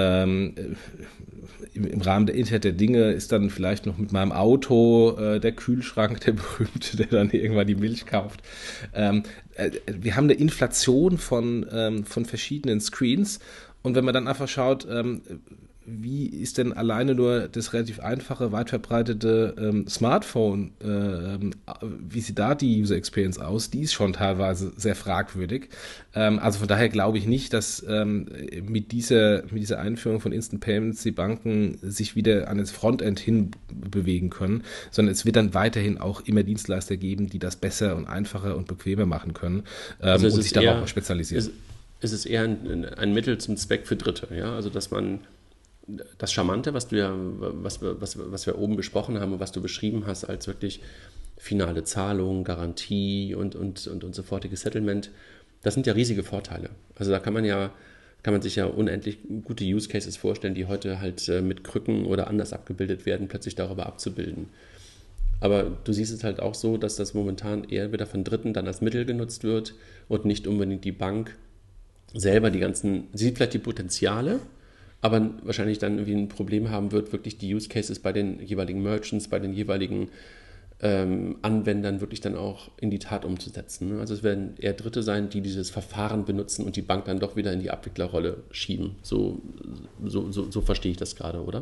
Im Rahmen der Internet der Dinge ist dann vielleicht noch mit meinem Auto der Kühlschrank, der berühmte, der dann irgendwann die Milch kauft. Wir haben eine Inflation von verschiedenen Screens. Und wenn man dann einfach schaut, wie ist denn alleine nur das relativ einfache, weit verbreitete Smartphone, wie sieht da die User Experience aus? Die ist schon teilweise sehr fragwürdig. Also von daher glaube ich nicht, dass mit dieser Einführung von Instant Payments die Banken sich wieder an das Frontend hin bewegen können, sondern es wird dann weiterhin auch immer Dienstleister geben, die das besser und einfacher und bequemer machen können Also und sich darauf auch spezialisieren. es ist eher ein Mittel zum Zweck für Dritte. Ja? Also dass man das Charmante, was wir oben besprochen haben und was du beschrieben hast, als wirklich finale Zahlung, Garantie und sofortiges Settlement, das sind ja riesige Vorteile. Also da kann man sich ja unendlich gute Use Cases vorstellen, die heute halt mit Krücken oder anders abgebildet werden, plötzlich darüber abzubilden. Aber du siehst es halt auch so, dass das momentan eher wieder von Dritten dann als Mittel genutzt wird und nicht unbedingt die Bank selber sieht vielleicht die Potenziale, aber wahrscheinlich dann irgendwie ein Problem haben wird, wirklich die Use Cases bei den jeweiligen Merchants, bei den jeweiligen Anwendern wirklich dann auch in die Tat umzusetzen. Ne? Also es werden eher Dritte sein, die dieses Verfahren benutzen und die Bank dann doch wieder in die Abwicklerrolle schieben. So verstehe ich das gerade, oder?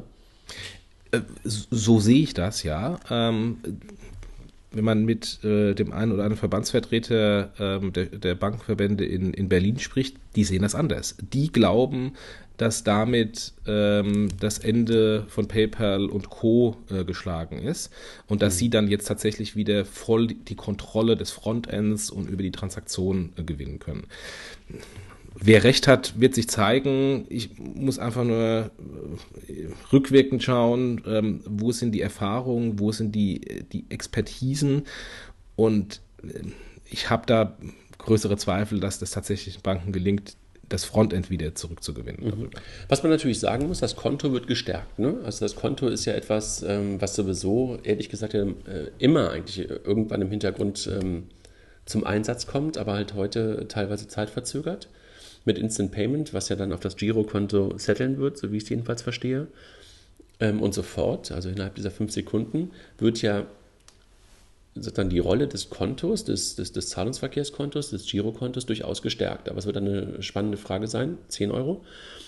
So sehe ich das, ja. Wenn man mit dem einen oder anderen Verbandsvertreter der Bankenverbände in Berlin spricht, die sehen das anders. Die glauben, dass damit das Ende von PayPal und Co. Geschlagen ist und dass sie dann jetzt tatsächlich wieder voll die Kontrolle des Frontends und über die Transaktionen gewinnen können. Wer recht hat, wird sich zeigen. Ich muss einfach nur rückwirkend schauen, wo sind die Erfahrungen, wo sind die Expertisen. Und ich habe da größere Zweifel, dass das tatsächlich Banken gelingt, das Frontend wieder zurückzugewinnen. Mhm. Was man natürlich sagen muss, das Konto wird gestärkt. Ne? Also das Konto ist ja etwas, was sowieso, ehrlich gesagt, ja, immer eigentlich irgendwann im Hintergrund zum Einsatz kommt, aber halt heute teilweise zeitverzögert mit Instant Payment, was ja dann auf das Girokonto setteln wird, so wie ich es jedenfalls verstehe. Und sofort, also innerhalb dieser 5 Sekunden, wird ja sozusagen die Rolle des Kontos, des Zahlungsverkehrskontos, des Girokontos durchaus gestärkt. Aber es wird dann eine spannende Frage sein, 10 Euro,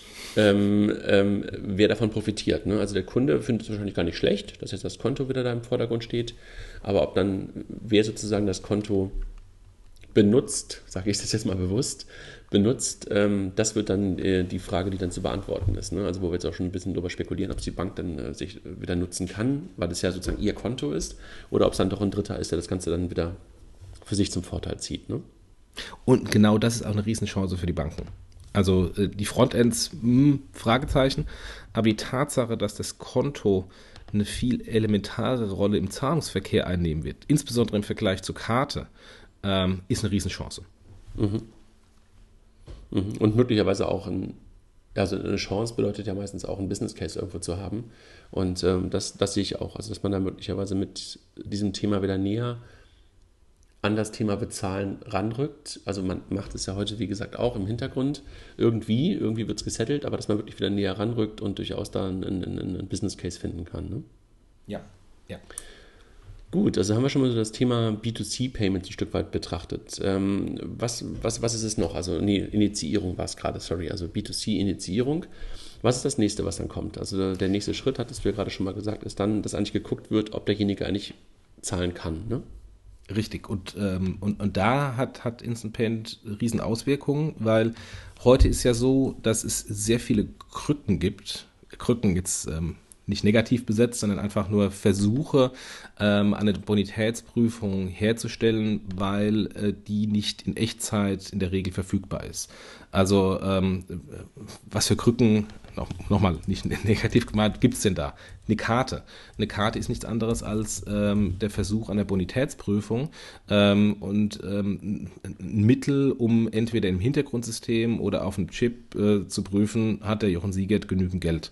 wer davon profitiert. Ne? Also der Kunde findet es wahrscheinlich gar nicht schlecht, dass jetzt das Konto wieder da im Vordergrund steht, aber ob dann, wer sozusagen das Konto benutzt, sage ich das jetzt mal bewusst, benutzt, das wird dann die Frage, die dann zu beantworten ist. Ne? Also wo wir jetzt auch schon ein bisschen darüber spekulieren, ob es die Bank dann sich wieder nutzen kann, weil das ja sozusagen ihr Konto ist, oder ob es dann doch ein Dritter ist, der das Ganze dann wieder für sich zum Vorteil zieht. Ne? Und genau das ist auch eine Riesenchance für die Banken. Also die Frontends, Fragezeichen, aber die Tatsache, dass das Konto eine viel elementarere Rolle im Zahlungsverkehr einnehmen wird, insbesondere im Vergleich zur Karte, ist eine Riesenchance. Und möglicherweise auch also eine Chance bedeutet ja meistens auch ein Business Case irgendwo zu haben. Und das sehe ich auch. Also dass man da möglicherweise mit diesem Thema wieder näher an das Thema Bezahlen ranrückt. Also man macht es ja heute, wie gesagt, auch im Hintergrund. Irgendwie wird es gesettelt, aber dass man wirklich wieder näher ranrückt und durchaus da einen Business Case finden kann. Ne? Ja, ja. Gut, also haben wir schon mal so das Thema B2C-Payments ein Stück weit betrachtet. Was ist es noch? Also nee, Initiierung war es gerade, sorry, also B2C-Initiierung. Was ist das nächste, was dann kommt? Also der nächste Schritt, hattest du ja gerade schon mal gesagt, ist dann, dass eigentlich geguckt wird, ob derjenige eigentlich zahlen kann. Ne? Richtig. Und da hat Instant Payment riesen Auswirkungen, weil heute ist ja so, dass es sehr viele Krücken gibt. Krücken jetzt nicht negativ besetzt, sondern einfach nur Versuche, eine Bonitätsprüfung herzustellen, weil die nicht in Echtzeit in der Regel verfügbar ist. Also was für Krücken, nochmal nicht negativ gemeint, gibt es denn da? Eine Karte. Eine Karte ist nichts anderes als der Versuch einer Bonitätsprüfung und ein Mittel, um entweder im Hintergrundsystem oder auf dem Chip zu prüfen, hat der Jochen Siegert genügend Geld.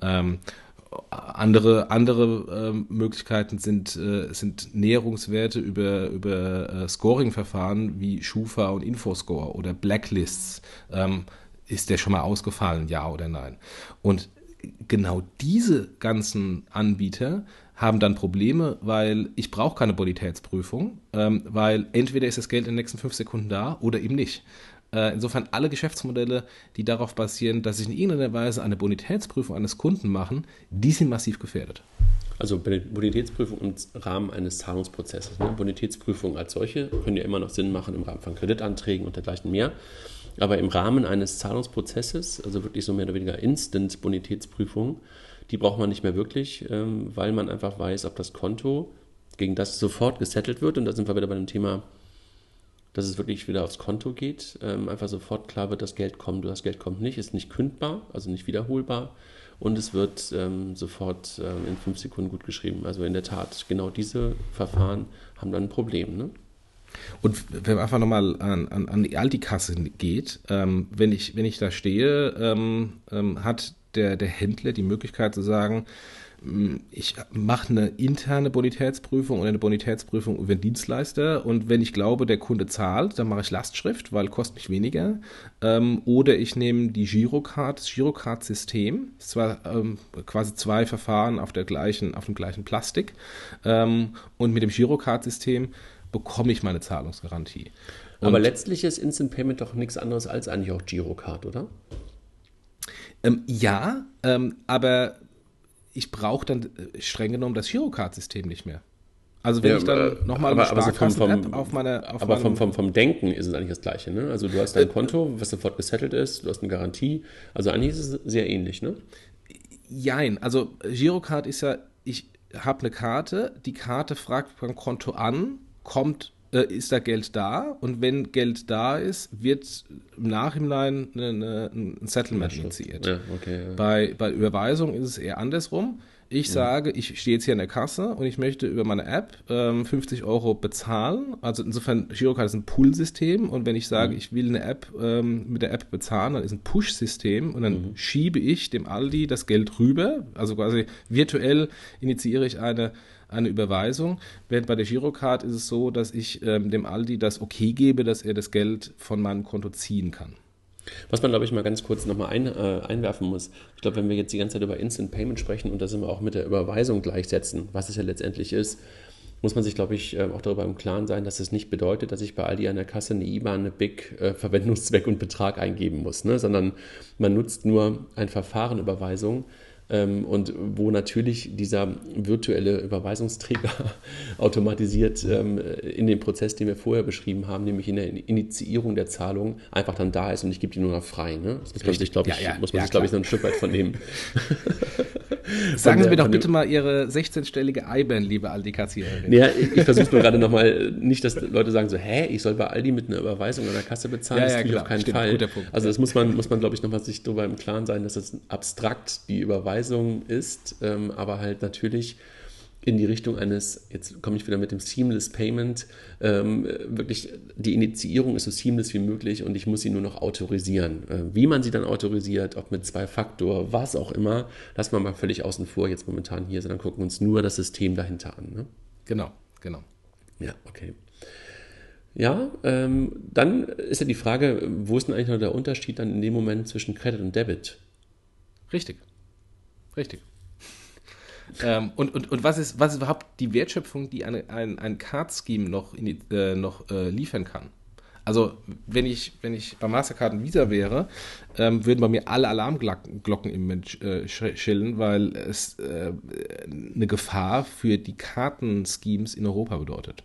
Andere Möglichkeiten sind Näherungswerte über Scoring-Verfahren wie Schufa und Infoscore oder Blacklists. Ist der schon mal ausgefallen, ja oder nein? Und genau diese ganzen Anbieter haben dann Probleme, weil ich brauche keine Bonitätsprüfung, weil entweder ist das Geld in den nächsten 5 Sekunden da oder eben nicht. Insofern alle Geschäftsmodelle, die darauf basieren, dass sich in irgendeiner Weise eine Bonitätsprüfung eines Kunden machen, die sind massiv gefährdet. Also Bonitätsprüfung im Rahmen eines Zahlungsprozesses. Ne? Bonitätsprüfungen als solche können ja immer noch Sinn machen im Rahmen von Kreditanträgen und dergleichen mehr. Aber im Rahmen eines Zahlungsprozesses, also wirklich so mehr oder weniger Instant-Bonitätsprüfung, die braucht man nicht mehr wirklich, weil man einfach weiß, ob das Konto, gegen das sofort gesettelt wird, und da sind wir wieder bei dem Thema, dass es wirklich wieder aufs Konto geht, einfach sofort klar wird, das Geld kommt nicht, ist nicht kündbar, also nicht wiederholbar, und es wird sofort in 5 Sekunden gut geschrieben. Also in der Tat, genau diese Verfahren haben dann ein Problem. Ne? Und wenn man einfach nochmal an die Aldi-Kasse geht, wenn ich da stehe, hat der Händler die Möglichkeit zu sagen, ich mache eine interne Bonitätsprüfung oder eine Bonitätsprüfung über den Dienstleister, und wenn ich glaube, der Kunde zahlt, dann mache ich Lastschrift, weil kostet mich weniger. Oder ich nehme die Girocard, das Girocard-System, ist zwar quasi 2 Verfahren auf dem gleichen Plastik, und mit dem Girocard-System bekomme ich meine Zahlungsgarantie. Aber letztlich ist Instant Payment doch nichts anderes als eigentlich auch Girocard, oder? Ja, aber ich brauche dann streng genommen das Girocard-System nicht mehr. Also wenn ich dann nochmal eine Sparkassen-App auf meine... Aber vom Denken ist es eigentlich das Gleiche. Ne? Also du hast dein Konto, was sofort gesettelt ist, du hast eine Garantie. Also eigentlich ist es sehr ähnlich, ne? Jein, also Girocard ist ja, ich habe eine Karte, die Karte fragt beim Konto an, ist da Geld da? Und wenn Geld da ist, wird im Nachhinein ein Settlement initiiert. Ja, okay, ja. Bei Überweisung ist es eher andersrum. Ich sage, ich stehe jetzt hier in der Kasse und ich möchte über meine App 50 Euro bezahlen. Also insofern, Girocard ist ein Pull-System, und wenn ich sage, ich will eine App mit der App bezahlen, dann ist ein Push-System, und dann schiebe ich dem Aldi das Geld rüber. Also quasi virtuell initiiere ich eine Überweisung. Während bei der Girocard ist es so, dass ich dem Aldi das Okay gebe, dass er das Geld von meinem Konto ziehen kann. Was man, glaube ich, mal ganz kurz nochmal einwerfen muss. Ich glaube, wenn wir jetzt die ganze Zeit über Instant Payment sprechen und das immer auch mit der Überweisung gleichsetzen, was es ja letztendlich ist, muss man sich, glaube ich, auch darüber im Klaren sein, dass es nicht bedeutet, dass ich bei Aldi an der Kasse eine IBAN, eine BIC, Verwendungszweck und Betrag eingeben muss, ne? Sondern man nutzt nur ein Verfahren Überweisung, und wo natürlich dieser virtuelle Überweisungsträger automatisiert in dem Prozess, den wir vorher beschrieben haben, nämlich in der Initiierung der Zahlung, einfach dann da ist und ich gebe die nur noch frei. Ne? Das muss man sich, glaube ich, noch ein Stück weit von dem. Sagen Sie mir doch bitte mal Ihre 16-stellige IBAN, liebe Aldi-Kassiererin. Ja, ich versuche nur gerade nochmal, nicht, dass Leute sagen so, ich soll bei Aldi mit einer Überweisung an der Kasse bezahlen, das tue ich auf keinen Fall. Also das muss man, glaube ich, nochmal sich darüber im Klaren sein, dass das abstrakt die Überweisung ist, aber halt natürlich in die Richtung eines, jetzt komme ich wieder mit dem Seamless Payment, wirklich die Initiierung ist so seamless wie möglich und ich muss sie nur noch autorisieren. Wie man sie dann autorisiert, ob mit Zwei-Faktor, was auch immer, lassen wir mal völlig außen vor jetzt momentan hier, sondern gucken uns nur das System dahinter an. Ne? Genau. Ja, okay. Ja, dann ist ja die Frage, wo ist denn eigentlich noch der Unterschied dann in dem Moment zwischen Credit und Debit? Richtig. Und was ist überhaupt die Wertschöpfung, die ein Card-Scheme noch liefern kann? Also wenn ich bei Mastercard und Visa wäre, würden bei mir alle Alarmglocken im Moment schrillen, weil es eine Gefahr für die Kartenschemes in Europa bedeutet.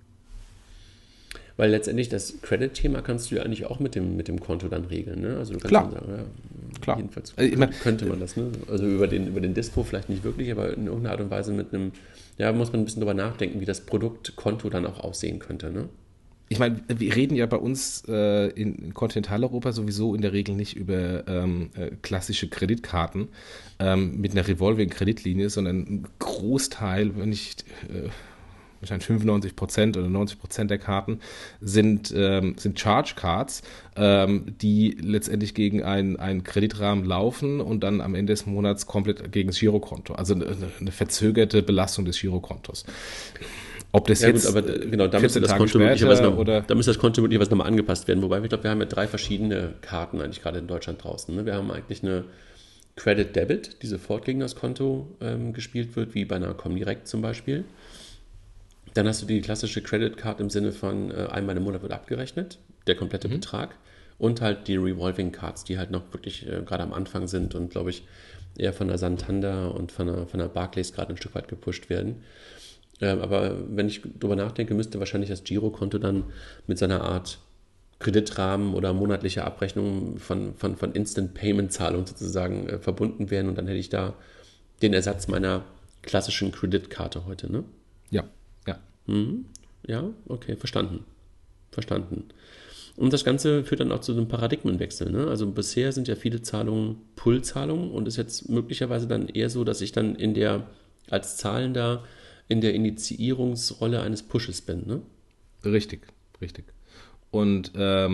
Weil letztendlich das Credit-Thema kannst du ja eigentlich auch mit dem Konto dann regeln. Ne? Also du kannst Klar. dann sagen, Klar. Jedenfalls könnte man das. Ne? Also über den Dispo vielleicht nicht wirklich, aber in irgendeiner Art und Weise muss man ein bisschen drüber nachdenken, wie das Produktkonto dann auch aussehen könnte. Ne? Ich meine, wir reden ja bei uns in Kontinentaleuropa sowieso in der Regel nicht über klassische Kreditkarten mit einer Revolving-Kreditlinie, sondern ein Großteil, wenn nicht wahrscheinlich 95% oder 90% der Karten sind Charge Cards, die letztendlich gegen einen Kreditrahmen laufen und dann am Ende des Monats komplett gegen das Girokonto. Also eine verzögerte Belastung des Girokontos. Ob das jetzt gut, aber genau, da müsste das Konto möglicherweise nochmal angepasst werden. Wobei ich glaube, wir haben ja 3 verschiedene Karten eigentlich gerade in Deutschland draußen. Ne? Wir haben eigentlich eine Credit Debit, die sofort gegen das Konto gespielt wird, wie bei einer Comdirect zum Beispiel. Dann hast du die klassische Credit Card im Sinne von einmal im Monat wird abgerechnet, der komplette Betrag. Und halt die Revolving Cards, die halt noch wirklich gerade am Anfang sind und, glaube ich, eher von der Santander und von der Barclays gerade ein Stück weit gepusht werden. Aber wenn ich drüber nachdenke, müsste wahrscheinlich das Girokonto dann mit seiner Art Kreditrahmen oder monatlicher Abrechnung von Instant-Payment-Zahlung sozusagen verbunden werden. Und dann hätte ich da den Ersatz meiner klassischen Kreditkarte heute, ne? Ja. Ja, okay, verstanden. Und das Ganze führt dann auch zu einem Paradigmenwechsel. Ne? Also bisher sind ja viele Zahlungen Pull-Zahlungen und ist jetzt möglicherweise dann eher so, dass ich dann als Zahlender in der Initiierungsrolle eines Pushes bin. Ne? Richtig. Und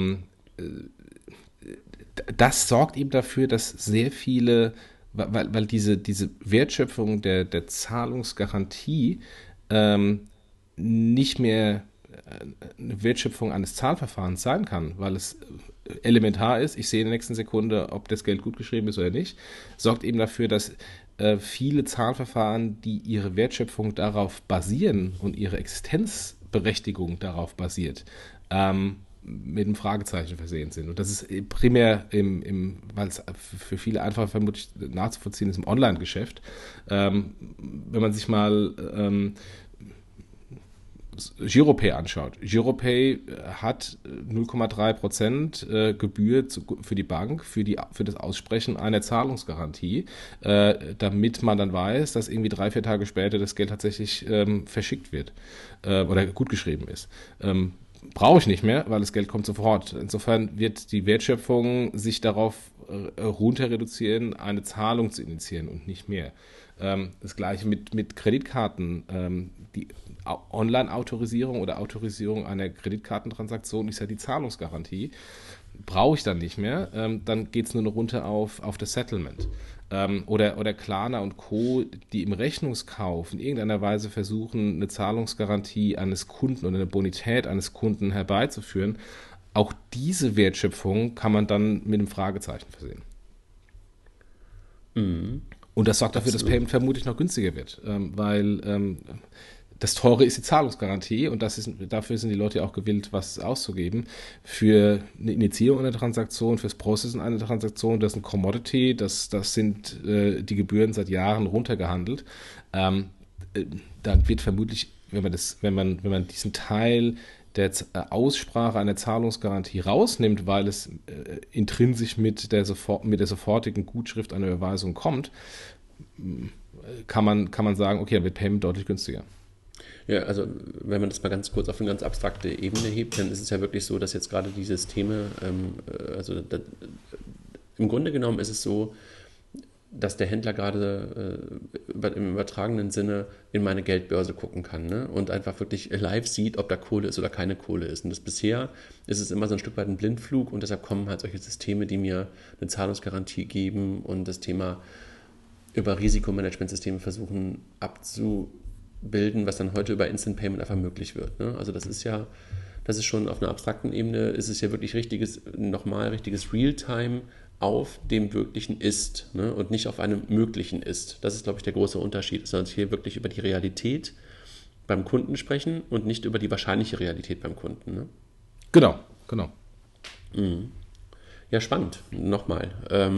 das sorgt eben dafür, dass sehr viele, weil diese Wertschöpfung der Zahlungsgarantie nicht mehr eine Wertschöpfung eines Zahlverfahrens sein kann, weil es elementar ist, ich sehe in der nächsten Sekunde, ob das Geld gut geschrieben ist oder nicht, sorgt eben dafür, dass viele Zahlverfahren, die ihre Wertschöpfung darauf basieren und ihre Existenzberechtigung darauf basiert, mit einem Fragezeichen versehen sind. Und das ist primär, weil es für viele einfach vermutlich nachzuvollziehen ist, im Online-Geschäft. Wenn man sich mal Giropay anschaut. Giropay hat 0,3% Gebühr für die Bank, für das Aussprechen einer Zahlungsgarantie, damit man dann weiß, dass irgendwie 3-4 Tage später das Geld tatsächlich verschickt wird oder gutgeschrieben ist. Brauche ich nicht mehr, weil das Geld kommt sofort. Insofern wird die Wertschöpfung sich darauf runter reduzieren, eine Zahlung zu initiieren und nicht mehr. Das gleiche mit Kreditkarten. Die Online-Autorisierung oder Autorisierung einer Kreditkartentransaktion ist ja die Zahlungsgarantie. Brauche ich dann nicht mehr. Dann geht es nur noch runter auf das Settlement. Oder Klarna und Co., die im Rechnungskauf in irgendeiner Weise versuchen, eine Zahlungsgarantie eines Kunden oder eine Bonität eines Kunden herbeizuführen, auch diese Wertschöpfung kann man dann mit einem Fragezeichen versehen. Mhm. Und das sorgt dafür, dass Absolut. Payment vermutlich noch günstiger wird, weil das Teure ist die Zahlungsgarantie und dafür sind die Leute ja auch gewillt, was auszugeben. Für eine Initiierung einer Transaktion, fürs Processen einer Transaktion, das ist ein Commodity, das sind die Gebühren seit Jahren runtergehandelt. Ähm, Dann wird vermutlich, wenn man diesen Teil der Aussprache einer Zahlungsgarantie rausnimmt, weil es intrinsisch mit der sofortigen Gutschrift einer Überweisung kommt, kann man sagen, okay, dann wird Payment deutlich günstiger. Ja, also wenn man das mal ganz kurz auf eine ganz abstrakte Ebene hebt, dann ist es ja wirklich so, dass jetzt gerade die Systeme, im Grunde genommen ist es so, dass der Händler gerade im übertragenen Sinne in meine Geldbörse gucken kann, ne? Und einfach wirklich live sieht, ob da Kohle ist oder keine Kohle ist. Und bisher ist es immer so ein Stück weit ein Blindflug und deshalb kommen halt solche Systeme, die mir eine Zahlungsgarantie geben und das Thema über Risikomanagementsysteme versuchen abzubilden, was dann heute über Instant Payment einfach möglich wird. Ne? Also das ist schon auf einer abstrakten Ebene, ist es ja wirklich richtiges Realtime auf dem wirklichen Ist, ne? Und nicht auf einem möglichen Ist. Das ist, glaube ich, der große Unterschied, dass wir uns hier wirklich über die Realität beim Kunden sprechen und nicht über die wahrscheinliche Realität beim Kunden. Ne? Genau, genau. Ja, spannend. Nochmal.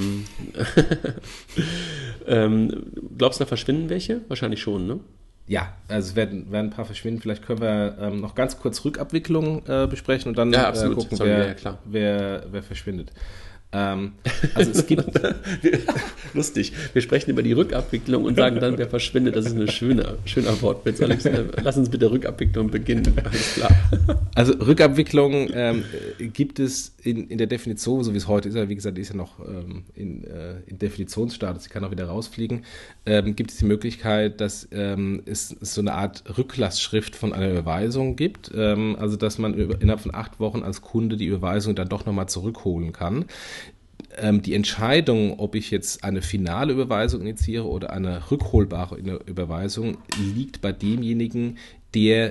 Glaubst du, da verschwinden welche? Wahrscheinlich schon, ne? Ja, also es werden ein paar verschwinden. Vielleicht können wir noch ganz kurz Rückabwicklung besprechen und dann Ja, absolut. gucken, Sorry, ja, klar. wer verschwindet. Also es gibt, Lustig. Wir sprechen über die Rückabwicklung und sagen dann, wer verschwindet. Das ist ein schöner Wortwitz. Alex, lass uns mit der Rückabwicklung beginnen. Alles klar. Also Rückabwicklung gibt es in der Definition, so wie es heute ist, aber wie gesagt, die ist ja noch in Definitionsstatus, die kann auch wieder rausfliegen, gibt es die Möglichkeit, dass es so eine Art Rücklassschrift von einer Überweisung gibt, also dass man innerhalb von 8 Wochen als Kunde die Überweisung dann doch nochmal zurückholen kann. Die Entscheidung, ob ich jetzt eine finale Überweisung initiiere oder eine rückholbare Überweisung, liegt bei demjenigen, der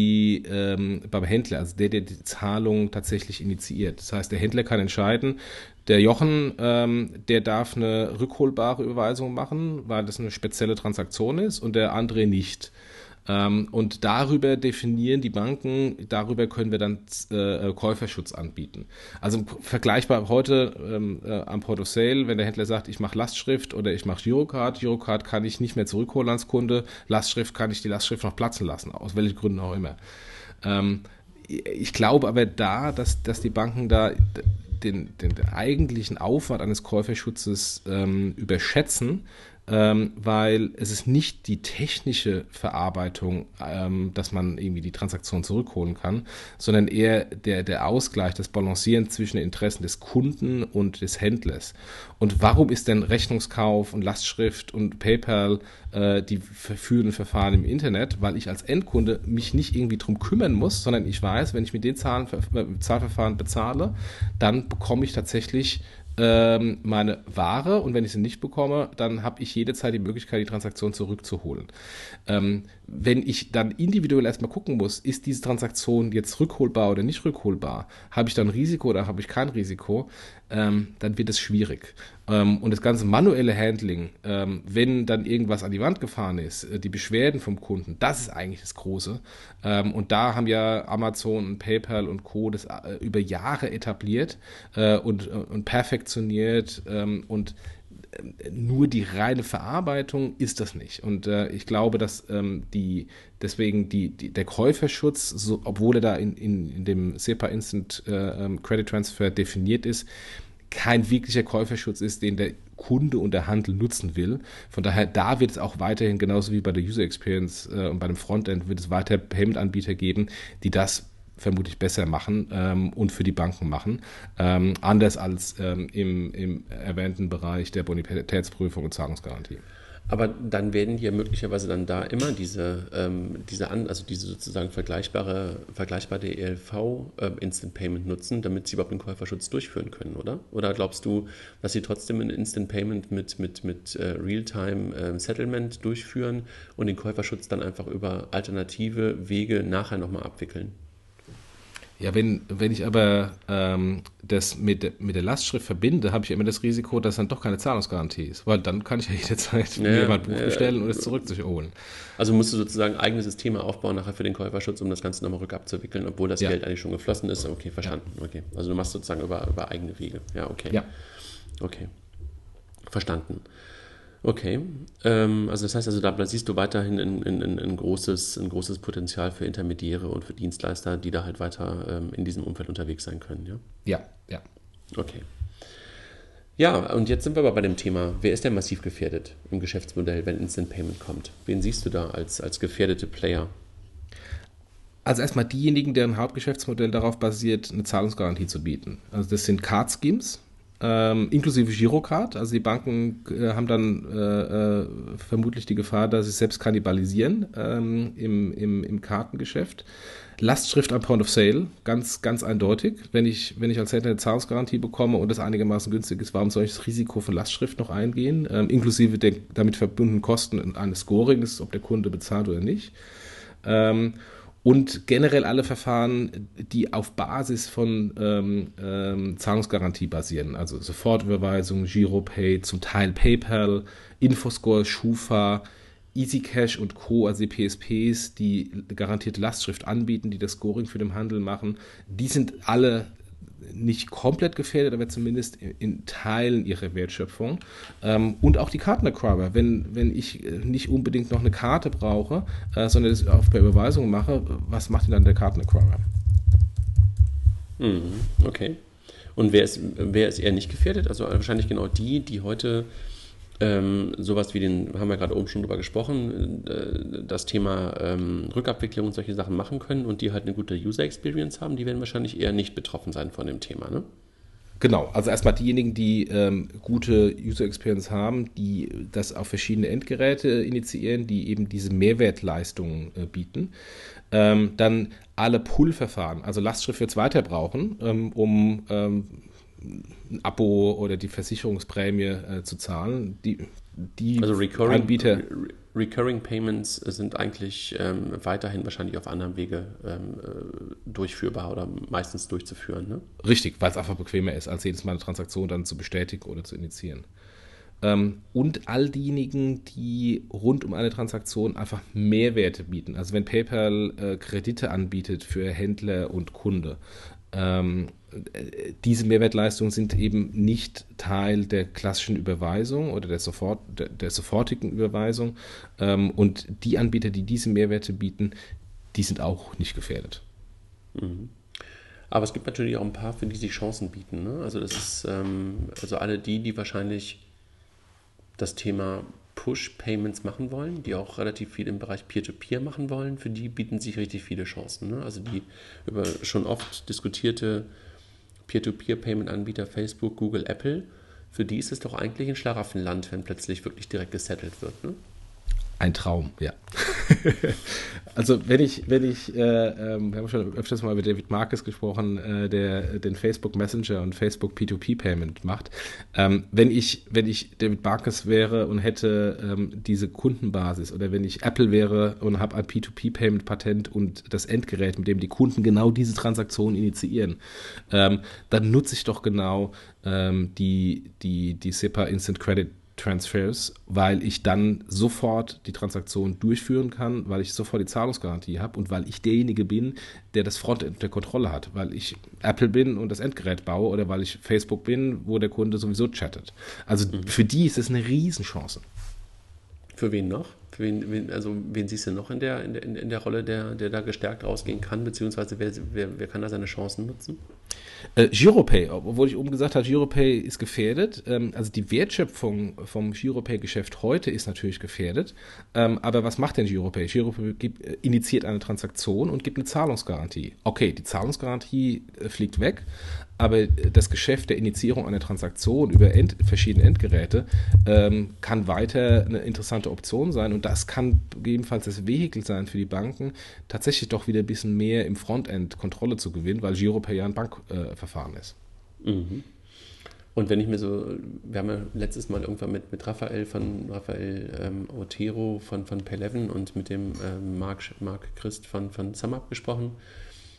beim Händler, also der die Zahlung tatsächlich initiiert. Das heißt, der Händler kann entscheiden, der Jochen, der darf eine rückholbare Überweisung machen, weil das eine spezielle Transaktion ist und der andere nicht. Und darüber definieren die Banken, darüber können wir dann Käuferschutz anbieten. Also vergleichbar heute am Port of Sale, wenn der Händler sagt, ich mache Lastschrift oder ich mache Girocard. Girocard kann ich nicht mehr zurückholen als Kunde. Lastschrift kann ich die Lastschrift noch platzen lassen, aus welchen Gründen auch immer. Ähm, Ich glaube aber dass die Banken da den eigentlichen Aufwand eines Käuferschutzes überschätzen, weil es ist nicht die technische Verarbeitung, dass man irgendwie die Transaktion zurückholen kann, sondern eher der Ausgleich, das Balancieren zwischen den Interessen des Kunden und des Händlers. Und warum ist denn Rechnungskauf und Lastschrift und PayPal die führenden Verfahren im Internet? Weil ich als Endkunde mich nicht irgendwie drum kümmern muss, sondern ich weiß, wenn ich mit den Zahlverfahren bezahle, dann bekomme ich tatsächlich meine Ware und wenn ich sie nicht bekomme, dann habe ich jederzeit die Möglichkeit, die Transaktion zurückzuholen. Wenn ich dann individuell erstmal gucken muss, ist diese Transaktion jetzt rückholbar oder nicht rückholbar, habe ich dann Risiko oder habe ich kein Risiko, dann wird es schwierig. Und das ganze manuelle Handling, wenn dann irgendwas an die Wand gefahren ist, die Beschwerden vom Kunden, das ist eigentlich das Große. Und da haben ja Amazon und PayPal und Co. das über Jahre etabliert und perfektioniert und nur die reine Verarbeitung ist das nicht. Und ich glaube, dass deswegen der Käuferschutz, so, obwohl er da in dem SEPA Instant Credit Transfer definiert ist, kein wirklicher Käuferschutz ist, den der Kunde und der Handel nutzen will. Von daher, da wird es auch weiterhin, genauso wie bei der User Experience und bei dem Frontend, wird es weiter Payment-Anbieter geben, die das vermutlich besser machen und für die Banken machen. Anders als im erwähnten Bereich der Bonitätsprüfung und Zahlungsgarantie. Aber dann werden die ja möglicherweise dann da immer also diese sozusagen vergleichbare ELV Instant Payment nutzen, damit sie überhaupt den Käuferschutz durchführen können, oder? Oder glaubst du, dass sie trotzdem ein Instant Payment mit Realtime Settlement durchführen und den Käuferschutz dann einfach über alternative Wege nachher nochmal abwickeln? Ja, wenn ich aber das mit der Lastschrift verbinde, habe ich immer das Risiko, dass dann doch keine Zahlungsgarantie ist. Weil dann kann ich ja jederzeit mir Ja, mein Buch bestellen und es zurückzuholen. also musst du sozusagen eigene Systeme aufbauen nachher für den Käuferschutz, um das Ganze nochmal rückabzuwickeln, obwohl das Ja, Geld eigentlich schon geflossen ist. Okay, ja, verstanden. Okay. Also du machst sozusagen über eigene Wege. Ja, okay. ja. Okay. Verstanden. Okay. Also das heißt, also da siehst du weiterhin ein großes Potenzial für Intermediäre und für Dienstleister, die da halt weiter in diesem Umfeld unterwegs sein können, ja? Ja, ja. Okay. Ja, und jetzt sind wir aber bei dem Thema, wer ist denn massiv gefährdet im Geschäftsmodell, wenn Instant Payment kommt? Wen siehst du da als gefährdete Player? Also erstmal diejenigen, deren Hauptgeschäftsmodell darauf basiert, eine Zahlungsgarantie zu bieten. Also das sind Card-Schemes, inklusive Girocard. Also die Banken haben dann vermutlich die Gefahr, dass sie sich selbst kannibalisieren im Kartengeschäft. Lastschrift am Point of Sale, ganz, ganz eindeutig. Wenn ich als Händler eine Zahlungsgarantie bekomme und das einigermaßen günstig ist, warum soll ich das Risiko von Lastschrift noch eingehen? Inklusive der damit verbundenen Kosten eines Scorings, ob der Kunde bezahlt oder nicht. Und generell alle Verfahren, die auf Basis von Zahlungsgarantie basieren, also Sofortüberweisung, Giropay, zum Teil PayPal, Infoscore, Schufa, EasyCash und Co., also die PSPs, die garantierte Lastschrift anbieten, die das Scoring für den Handel machen, die sind alle nicht komplett gefährdet, aber zumindest in Teilen ihrer Wertschöpfung. Und auch die Kartenacquirer. Wenn ich nicht unbedingt noch eine Karte brauche, sondern das auf per Überweisung mache, was macht denn dann der Kartenacquirer? Mhm, okay. Und wer ist eher nicht gefährdet? Also wahrscheinlich genau die heute sowas wie haben wir gerade oben schon drüber gesprochen, das Thema Rückabwicklung und solche Sachen machen können und die halt eine gute User Experience haben, die werden wahrscheinlich eher nicht betroffen sein von dem Thema, ne? Genau, also erstmal diejenigen, die gute User Experience haben, die das auf verschiedene Endgeräte initiieren, die eben diese Mehrwertleistungen bieten. Dann alle Pull-Verfahren, also Lastschrift wird es weiter brauchen, um ein Abo oder die Versicherungsprämie zu zahlen. Die Also Anbieter. Recurring Payments sind eigentlich weiterhin wahrscheinlich auf anderem Wege durchführbar oder meistens durchzuführen, ne? Richtig, weil es einfach bequemer ist, als jedes Mal eine Transaktion dann zu bestätigen oder zu initiieren. Und all diejenigen, die rund um eine Transaktion einfach Mehrwerte bieten. Also wenn PayPal Kredite anbietet für Händler und Kunde, diese Mehrwertleistungen sind eben nicht Teil der klassischen Überweisung oder der sofortigen Überweisung. Und die Anbieter, die diese Mehrwerte bieten, die sind auch nicht gefährdet. Mhm. Aber es gibt natürlich auch ein paar, für die sich Chancen bieten, ne? Also das ist, also alle die wahrscheinlich das Thema Push-Payments machen wollen, die auch relativ viel im Bereich Peer-to-Peer machen wollen, für die bieten sich richtig viele Chancen, ne? Also die über schon oft diskutierte Peer-to-Peer-Payment-Anbieter Facebook, Google, Apple, für die ist es doch eigentlich ein Schlaraffenland, wenn plötzlich wirklich direkt gesettelt wird, ne? Ein Traum, ja. Also wir haben schon öfters mal mit David Marcus gesprochen, der den Facebook Messenger und Facebook P2P-Payment macht. Wenn ich David Marcus wäre und hätte diese Kundenbasis oder wenn ich Apple wäre und habe ein P2P-Payment-Patent und das Endgerät, mit dem die Kunden genau diese Transaktion initiieren, dann nutze ich doch genau die SEPA Instant Credit Transfers, weil ich dann sofort die Transaktion durchführen kann, weil ich sofort die Zahlungsgarantie habe und weil ich derjenige bin, der das Frontend der Kontrolle hat, weil ich Apple bin und das Endgerät baue oder weil ich Facebook bin, wo der Kunde sowieso chattet. Also für die ist es eine Riesenchance. Für wen noch? Wen siehst du noch in der Rolle, der da gestärkt rausgehen kann, beziehungsweise wer kann da seine Chancen nutzen? Giropay, obwohl ich oben gesagt habe, Giropay ist gefährdet. Also die Wertschöpfung vom Giropay-Geschäft heute ist natürlich gefährdet. Aber was macht denn Giropay? Giropay initiiert eine Transaktion und gibt eine Zahlungsgarantie. Okay, die Zahlungsgarantie fliegt weg, aber das Geschäft der Initiierung einer Transaktion über verschiedene Endgeräte kann weiter eine interessante Option sein und das kann gegebenenfalls das Vehikel sein für die Banken, tatsächlich doch wieder ein bisschen mehr im Frontend Kontrolle zu gewinnen, weil Giropay ja ein Bankverfahren ist. Mhm. Und wenn ich mir so, wir haben ja letztes Mal irgendwann mit Raphael Otero von Payleven und mit dem Marc Christ von SumUp gesprochen.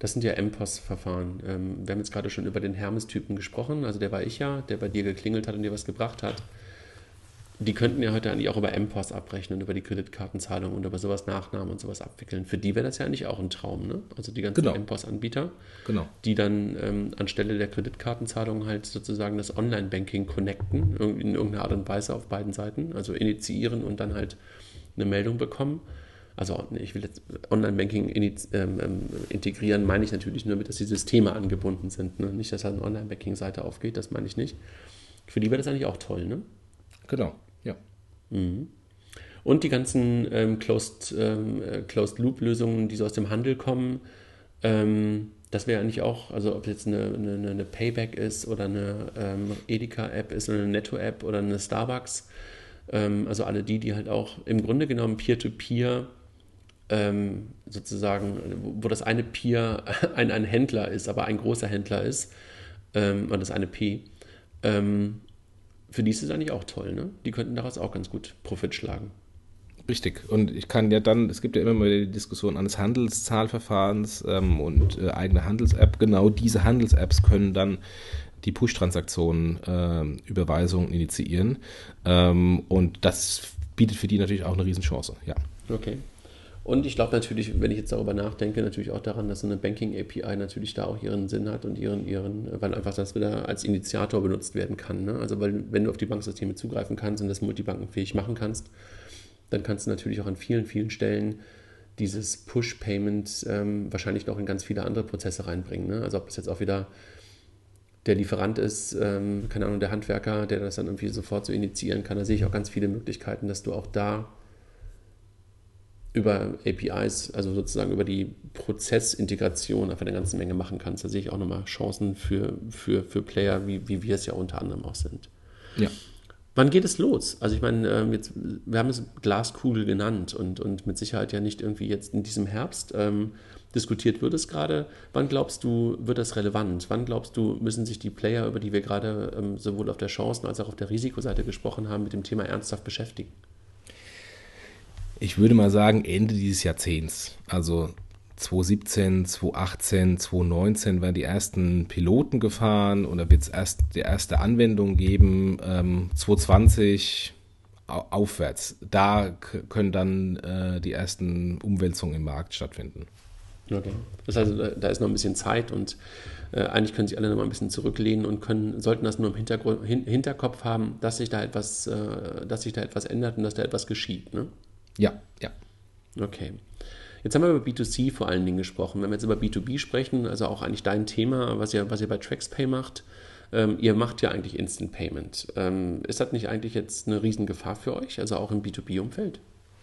Das sind ja MPOS-Verfahren. Wir haben jetzt gerade schon über den Hermes-Typen gesprochen, also der war ich ja, der bei dir geklingelt hat und dir was gebracht hat. Die könnten ja heute eigentlich auch über MPOS abrechnen, über die Kreditkartenzahlung und über sowas Nachnahmen und sowas abwickeln. Für die wäre das ja eigentlich auch ein Traum, ne? Also die ganzen Genau, MPOS-Anbieter, genau. die dann anstelle der Kreditkartenzahlung halt sozusagen das Online-Banking connecten, in irgendeiner Art und Weise auf beiden Seiten, also initiieren und dann halt eine Meldung bekommen. Also ich will jetzt Online-Banking integrieren, meine ich natürlich nur damit, dass die Systeme angebunden sind. Ne? Nicht, dass halt eine Online-Banking-Seite aufgeht, das meine ich nicht. Für die wäre das eigentlich auch toll, ne? Genau, ja. Und die ganzen Closed-Loop-Lösungen, die so aus dem Handel kommen, das wäre eigentlich auch, also ob jetzt eine Payback ist oder eine Edeka-App ist oder eine Netto-App oder eine Starbucks, also alle die halt auch im Grunde genommen Peer-to-Peer sozusagen, wo das eine Peer ein Händler ist, aber ein großer Händler ist, und das eine P, für die ist es eigentlich auch toll, ne? Die könnten daraus auch ganz gut Profit schlagen. Richtig. Und ich kann ja dann, es gibt ja immer mal die Diskussion eines Handelszahlverfahrens und eigene Handels-App. Genau diese Handels-Apps können dann die Push-Transaktionen, Überweisungen initiieren. Und das bietet für die natürlich auch eine Riesenchance, ja. Okay. Und ich glaube natürlich, wenn ich jetzt darüber nachdenke, natürlich auch daran, dass so eine Banking-API natürlich da auch ihren Sinn hat und weil einfach das wieder als Initiator benutzt werden kann. Ne? Also weil wenn du auf die Banksysteme zugreifen kannst und das multibankenfähig machen kannst, dann kannst du natürlich auch an vielen, vielen Stellen dieses Push-Payment wahrscheinlich noch in ganz viele andere Prozesse reinbringen. Ne? Also ob es jetzt auch wieder der Lieferant ist, keine Ahnung, der Handwerker, der das dann irgendwie sofort so initiieren kann, da sehe ich auch ganz viele Möglichkeiten, dass du auch da über APIs, also sozusagen über die Prozessintegration einfach eine ganze Menge machen kannst. Da sehe ich auch nochmal Chancen für Player, wie wir es ja unter anderem auch sind. Ja. Wann geht es los? Also ich meine, wir haben es Glaskugel genannt und mit Sicherheit ja nicht irgendwie jetzt in diesem Herbst. Diskutiert wird es gerade. Wann glaubst du, wird das relevant? Wann glaubst du, müssen sich die Player, über die wir gerade sowohl auf der Chancen- als auch auf der Risikoseite gesprochen haben, mit dem Thema ernsthaft beschäftigen? Ich würde mal sagen, Ende dieses Jahrzehnts. Also 2017, 2018, 2019 werden die ersten Piloten gefahren und da wird es erst die erste Anwendung geben, 2020 aufwärts. Da können dann die ersten Umwälzungen im Markt stattfinden. Okay. Das heißt, da ist noch ein bisschen Zeit und eigentlich können sich alle noch mal ein bisschen zurücklehnen und sollten das nur im Hinterkopf haben, dass sich da etwas ändert und dass da etwas geschieht. Ne? Ja, ja. Okay. Jetzt haben wir über B2C vor allen Dingen gesprochen. Wenn wir jetzt über B2B sprechen, also auch eigentlich dein Thema, was ihr bei TraxPay macht, ihr macht ja eigentlich Instant Payment. Ist das nicht eigentlich jetzt eine Riesen-Gefahr für euch, also auch im B2B-Umfeld?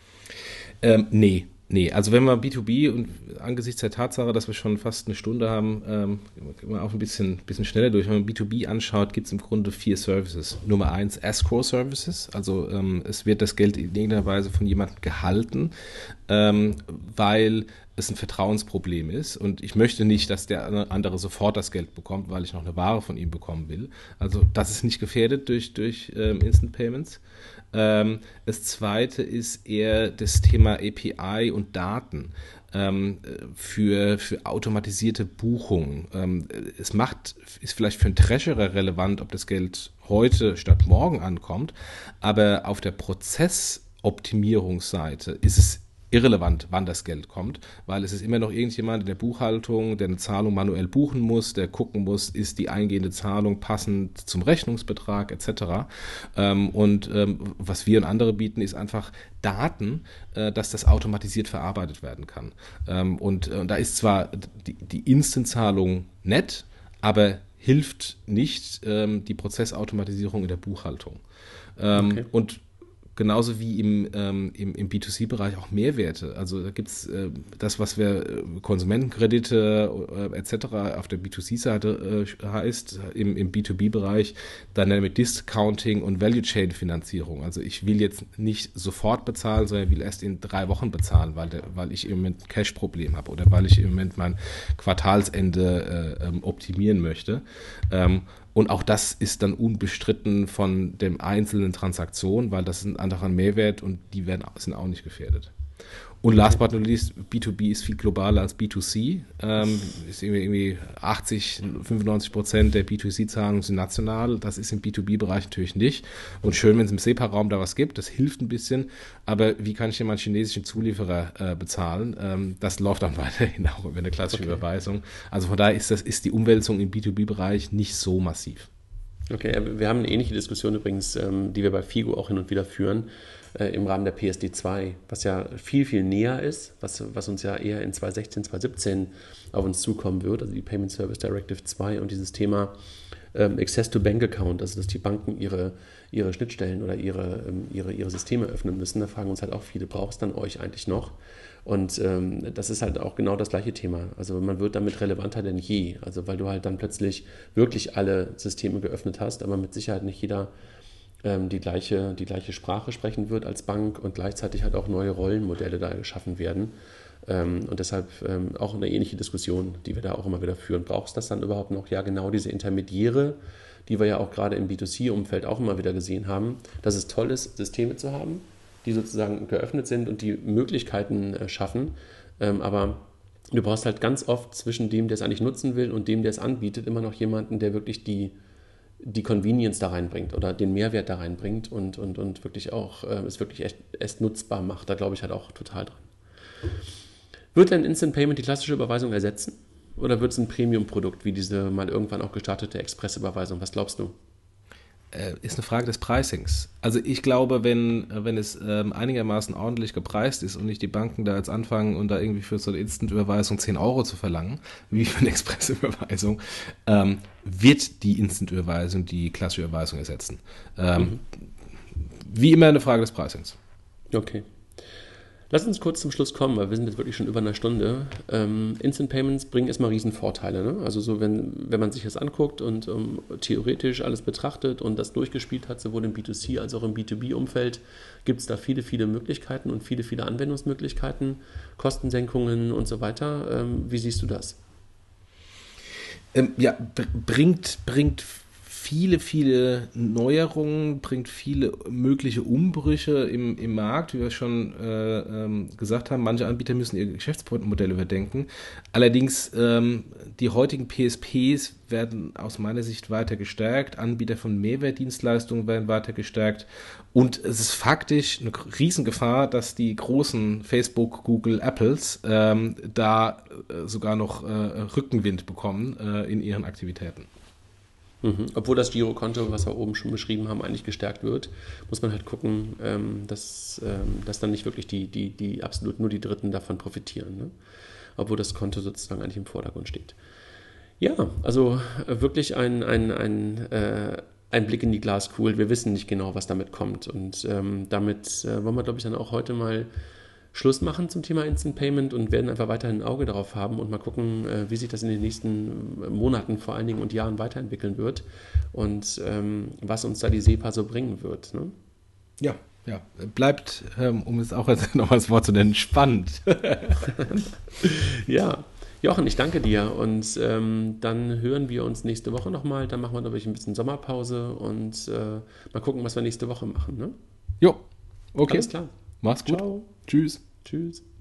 Nee, also wenn wir B2B und angesichts der Tatsache, dass wir schon fast eine Stunde haben, gehen wir auch ein bisschen schneller durch. Wenn man B2B anschaut, gibt es im Grunde 4 Services. Nummer 1, Escrow Services, also es wird das Geld in irgendeiner Weise von jemandem gehalten, weil es ein Vertrauensproblem ist und ich möchte nicht, dass der andere sofort das Geld bekommt, weil ich noch eine Ware von ihm bekommen will. Also das ist nicht gefährdet durch Instant Payments. Das zweite ist eher das Thema API und Daten für automatisierte Buchungen. Ist vielleicht für einen Treasurer relevant, ob das Geld heute statt morgen ankommt, aber auf der Prozessoptimierungsseite ist es irrelevant, wann das Geld kommt, weil es ist immer noch irgendjemand in der Buchhaltung, der eine Zahlung manuell buchen muss, der gucken muss, ist die eingehende Zahlung passend zum Rechnungsbetrag etc. Was wir und andere bieten, ist einfach Daten, dass das automatisiert verarbeitet werden kann. Und da ist zwar die Instant-Zahlung nett, aber hilft nicht die Prozessautomatisierung in der Buchhaltung. Okay. Und genauso wie im B2C-Bereich auch Mehrwerte. Also da gibt es das, was wir Konsumentenkredite etc. auf der B2C-Seite heißt, im B2B-Bereich Dynamic Discounting und Value-Chain-Finanzierung. Also ich will jetzt nicht sofort bezahlen, sondern will erst in 3 Wochen bezahlen, weil ich im Moment ein Cash-Problem habe oder weil ich im Moment mein Quartalsende optimieren möchte. Und auch das ist dann unbestritten von dem einzelnen Transaktion, weil das ist ein anderer Mehrwert und die sind auch nicht gefährdet. Und last but not least, B2B ist viel globaler als B2C. Ist irgendwie 95% der B2C-Zahlungen sind national. Das ist im B2B-Bereich natürlich nicht. Und schön, wenn es im SEPA-Raum da was gibt. Das hilft ein bisschen. Aber wie kann ich denn meinen chinesischen Zulieferer bezahlen? Das läuft dann weiterhin auch über eine klassische Überweisung. Also von daher ist die Umwälzung im B2B-Bereich nicht so massiv. Okay, wir haben eine ähnliche Diskussion übrigens, die wir bei Figo auch hin und wieder führen, im Rahmen der PSD2, was ja viel, viel näher ist, was uns ja eher in 2016, 2017 auf uns zukommen wird, also die Payment Service Directive 2 und dieses Thema Access to Bank Account, also dass die Banken ihre Schnittstellen oder ihre Systeme öffnen müssen. Da fragen uns halt auch viele, braucht es dann euch eigentlich noch? Und das ist halt auch genau das gleiche Thema. Also man wird damit relevanter denn je. Also weil du halt dann plötzlich wirklich alle Systeme geöffnet hast, aber mit Sicherheit nicht jeder die gleiche Sprache sprechen wird als Bank und gleichzeitig halt auch neue Rollenmodelle da geschaffen werden. Und deshalb auch eine ähnliche Diskussion, die wir da auch immer wieder führen. Braucht es das dann überhaupt noch? Ja, genau diese Intermediäre, die wir ja auch gerade im B2C-Umfeld auch immer wieder gesehen haben, dass es toll ist, Systeme zu haben, die sozusagen geöffnet sind und die Möglichkeiten schaffen. Aber du brauchst halt ganz oft zwischen dem, der es eigentlich nutzen will und dem, der es anbietet, immer noch jemanden, der wirklich die Convenience da reinbringt oder den Mehrwert da reinbringt und wirklich auch es wirklich echt nutzbar macht. Da glaube ich halt auch total dran. Wird denn Instant Payment die klassische Überweisung ersetzen? Oder wird es ein Premium-Produkt, wie diese mal irgendwann auch gestartete Express-Überweisung? Was glaubst du? Ist eine Frage des Pricings. Also ich glaube, wenn es einigermaßen ordentlich gepreist ist und nicht die Banken da jetzt anfangen und da irgendwie für so eine Instant-Überweisung 10 Euro zu verlangen, wie für eine Express-Überweisung, wird die Instant-Überweisung die klassische Überweisung ersetzen. Wie immer eine Frage des Pricings. Okay. Lass uns kurz zum Schluss kommen, weil wir sind jetzt wirklich schon über eine Stunde. Instant Payments bringen erstmal riesen Vorteile. Ne? Also so, wenn man sich das anguckt und theoretisch alles betrachtet und das durchgespielt hat, sowohl im B2C als auch im B2B-Umfeld, gibt es da viele, viele Möglichkeiten und viele, viele Anwendungsmöglichkeiten, Kostensenkungen und so weiter. Wie siehst du das? Bringt viele Neuerungen, bringt viele mögliche Umbrüche im Markt, wie wir schon gesagt haben. Manche Anbieter müssen ihr Geschäftsmodell überdenken. Allerdings, die heutigen PSPs werden aus meiner Sicht weiter gestärkt. Anbieter von Mehrwertdienstleistungen werden weiter gestärkt. Und es ist faktisch eine Riesengefahr, dass die großen Facebook, Google, Apples da sogar noch Rückenwind bekommen in ihren Aktivitäten. Obwohl das Girokonto, was wir oben schon beschrieben haben, eigentlich gestärkt wird, muss man halt gucken, dass dann nicht wirklich die absolut nur die Dritten davon profitieren. Ne? Obwohl das Konto sozusagen eigentlich im Vordergrund steht. Ja, also wirklich ein Blick in die Glaskugel. Wir wissen nicht genau, was damit kommt. Und damit wollen wir, glaube ich, dann auch heute mal Schluss machen zum Thema Instant Payment und werden einfach weiterhin ein Auge darauf haben und mal gucken, wie sich das in den nächsten Monaten vor allen Dingen und Jahren weiterentwickeln wird und was uns da die SEPA so bringen wird. Ne? Ja, bleibt, um es auch jetzt noch als Wort zu nennen, spannend. Ja, Jochen, ich danke dir und dann hören wir uns nächste Woche nochmal. Dann machen wir, glaube ich, ein bisschen Sommerpause und mal gucken, was wir nächste Woche machen. Ne? Jo, okay. Alles klar. Mach's gut. Ciao. Tschüss. Tschüss.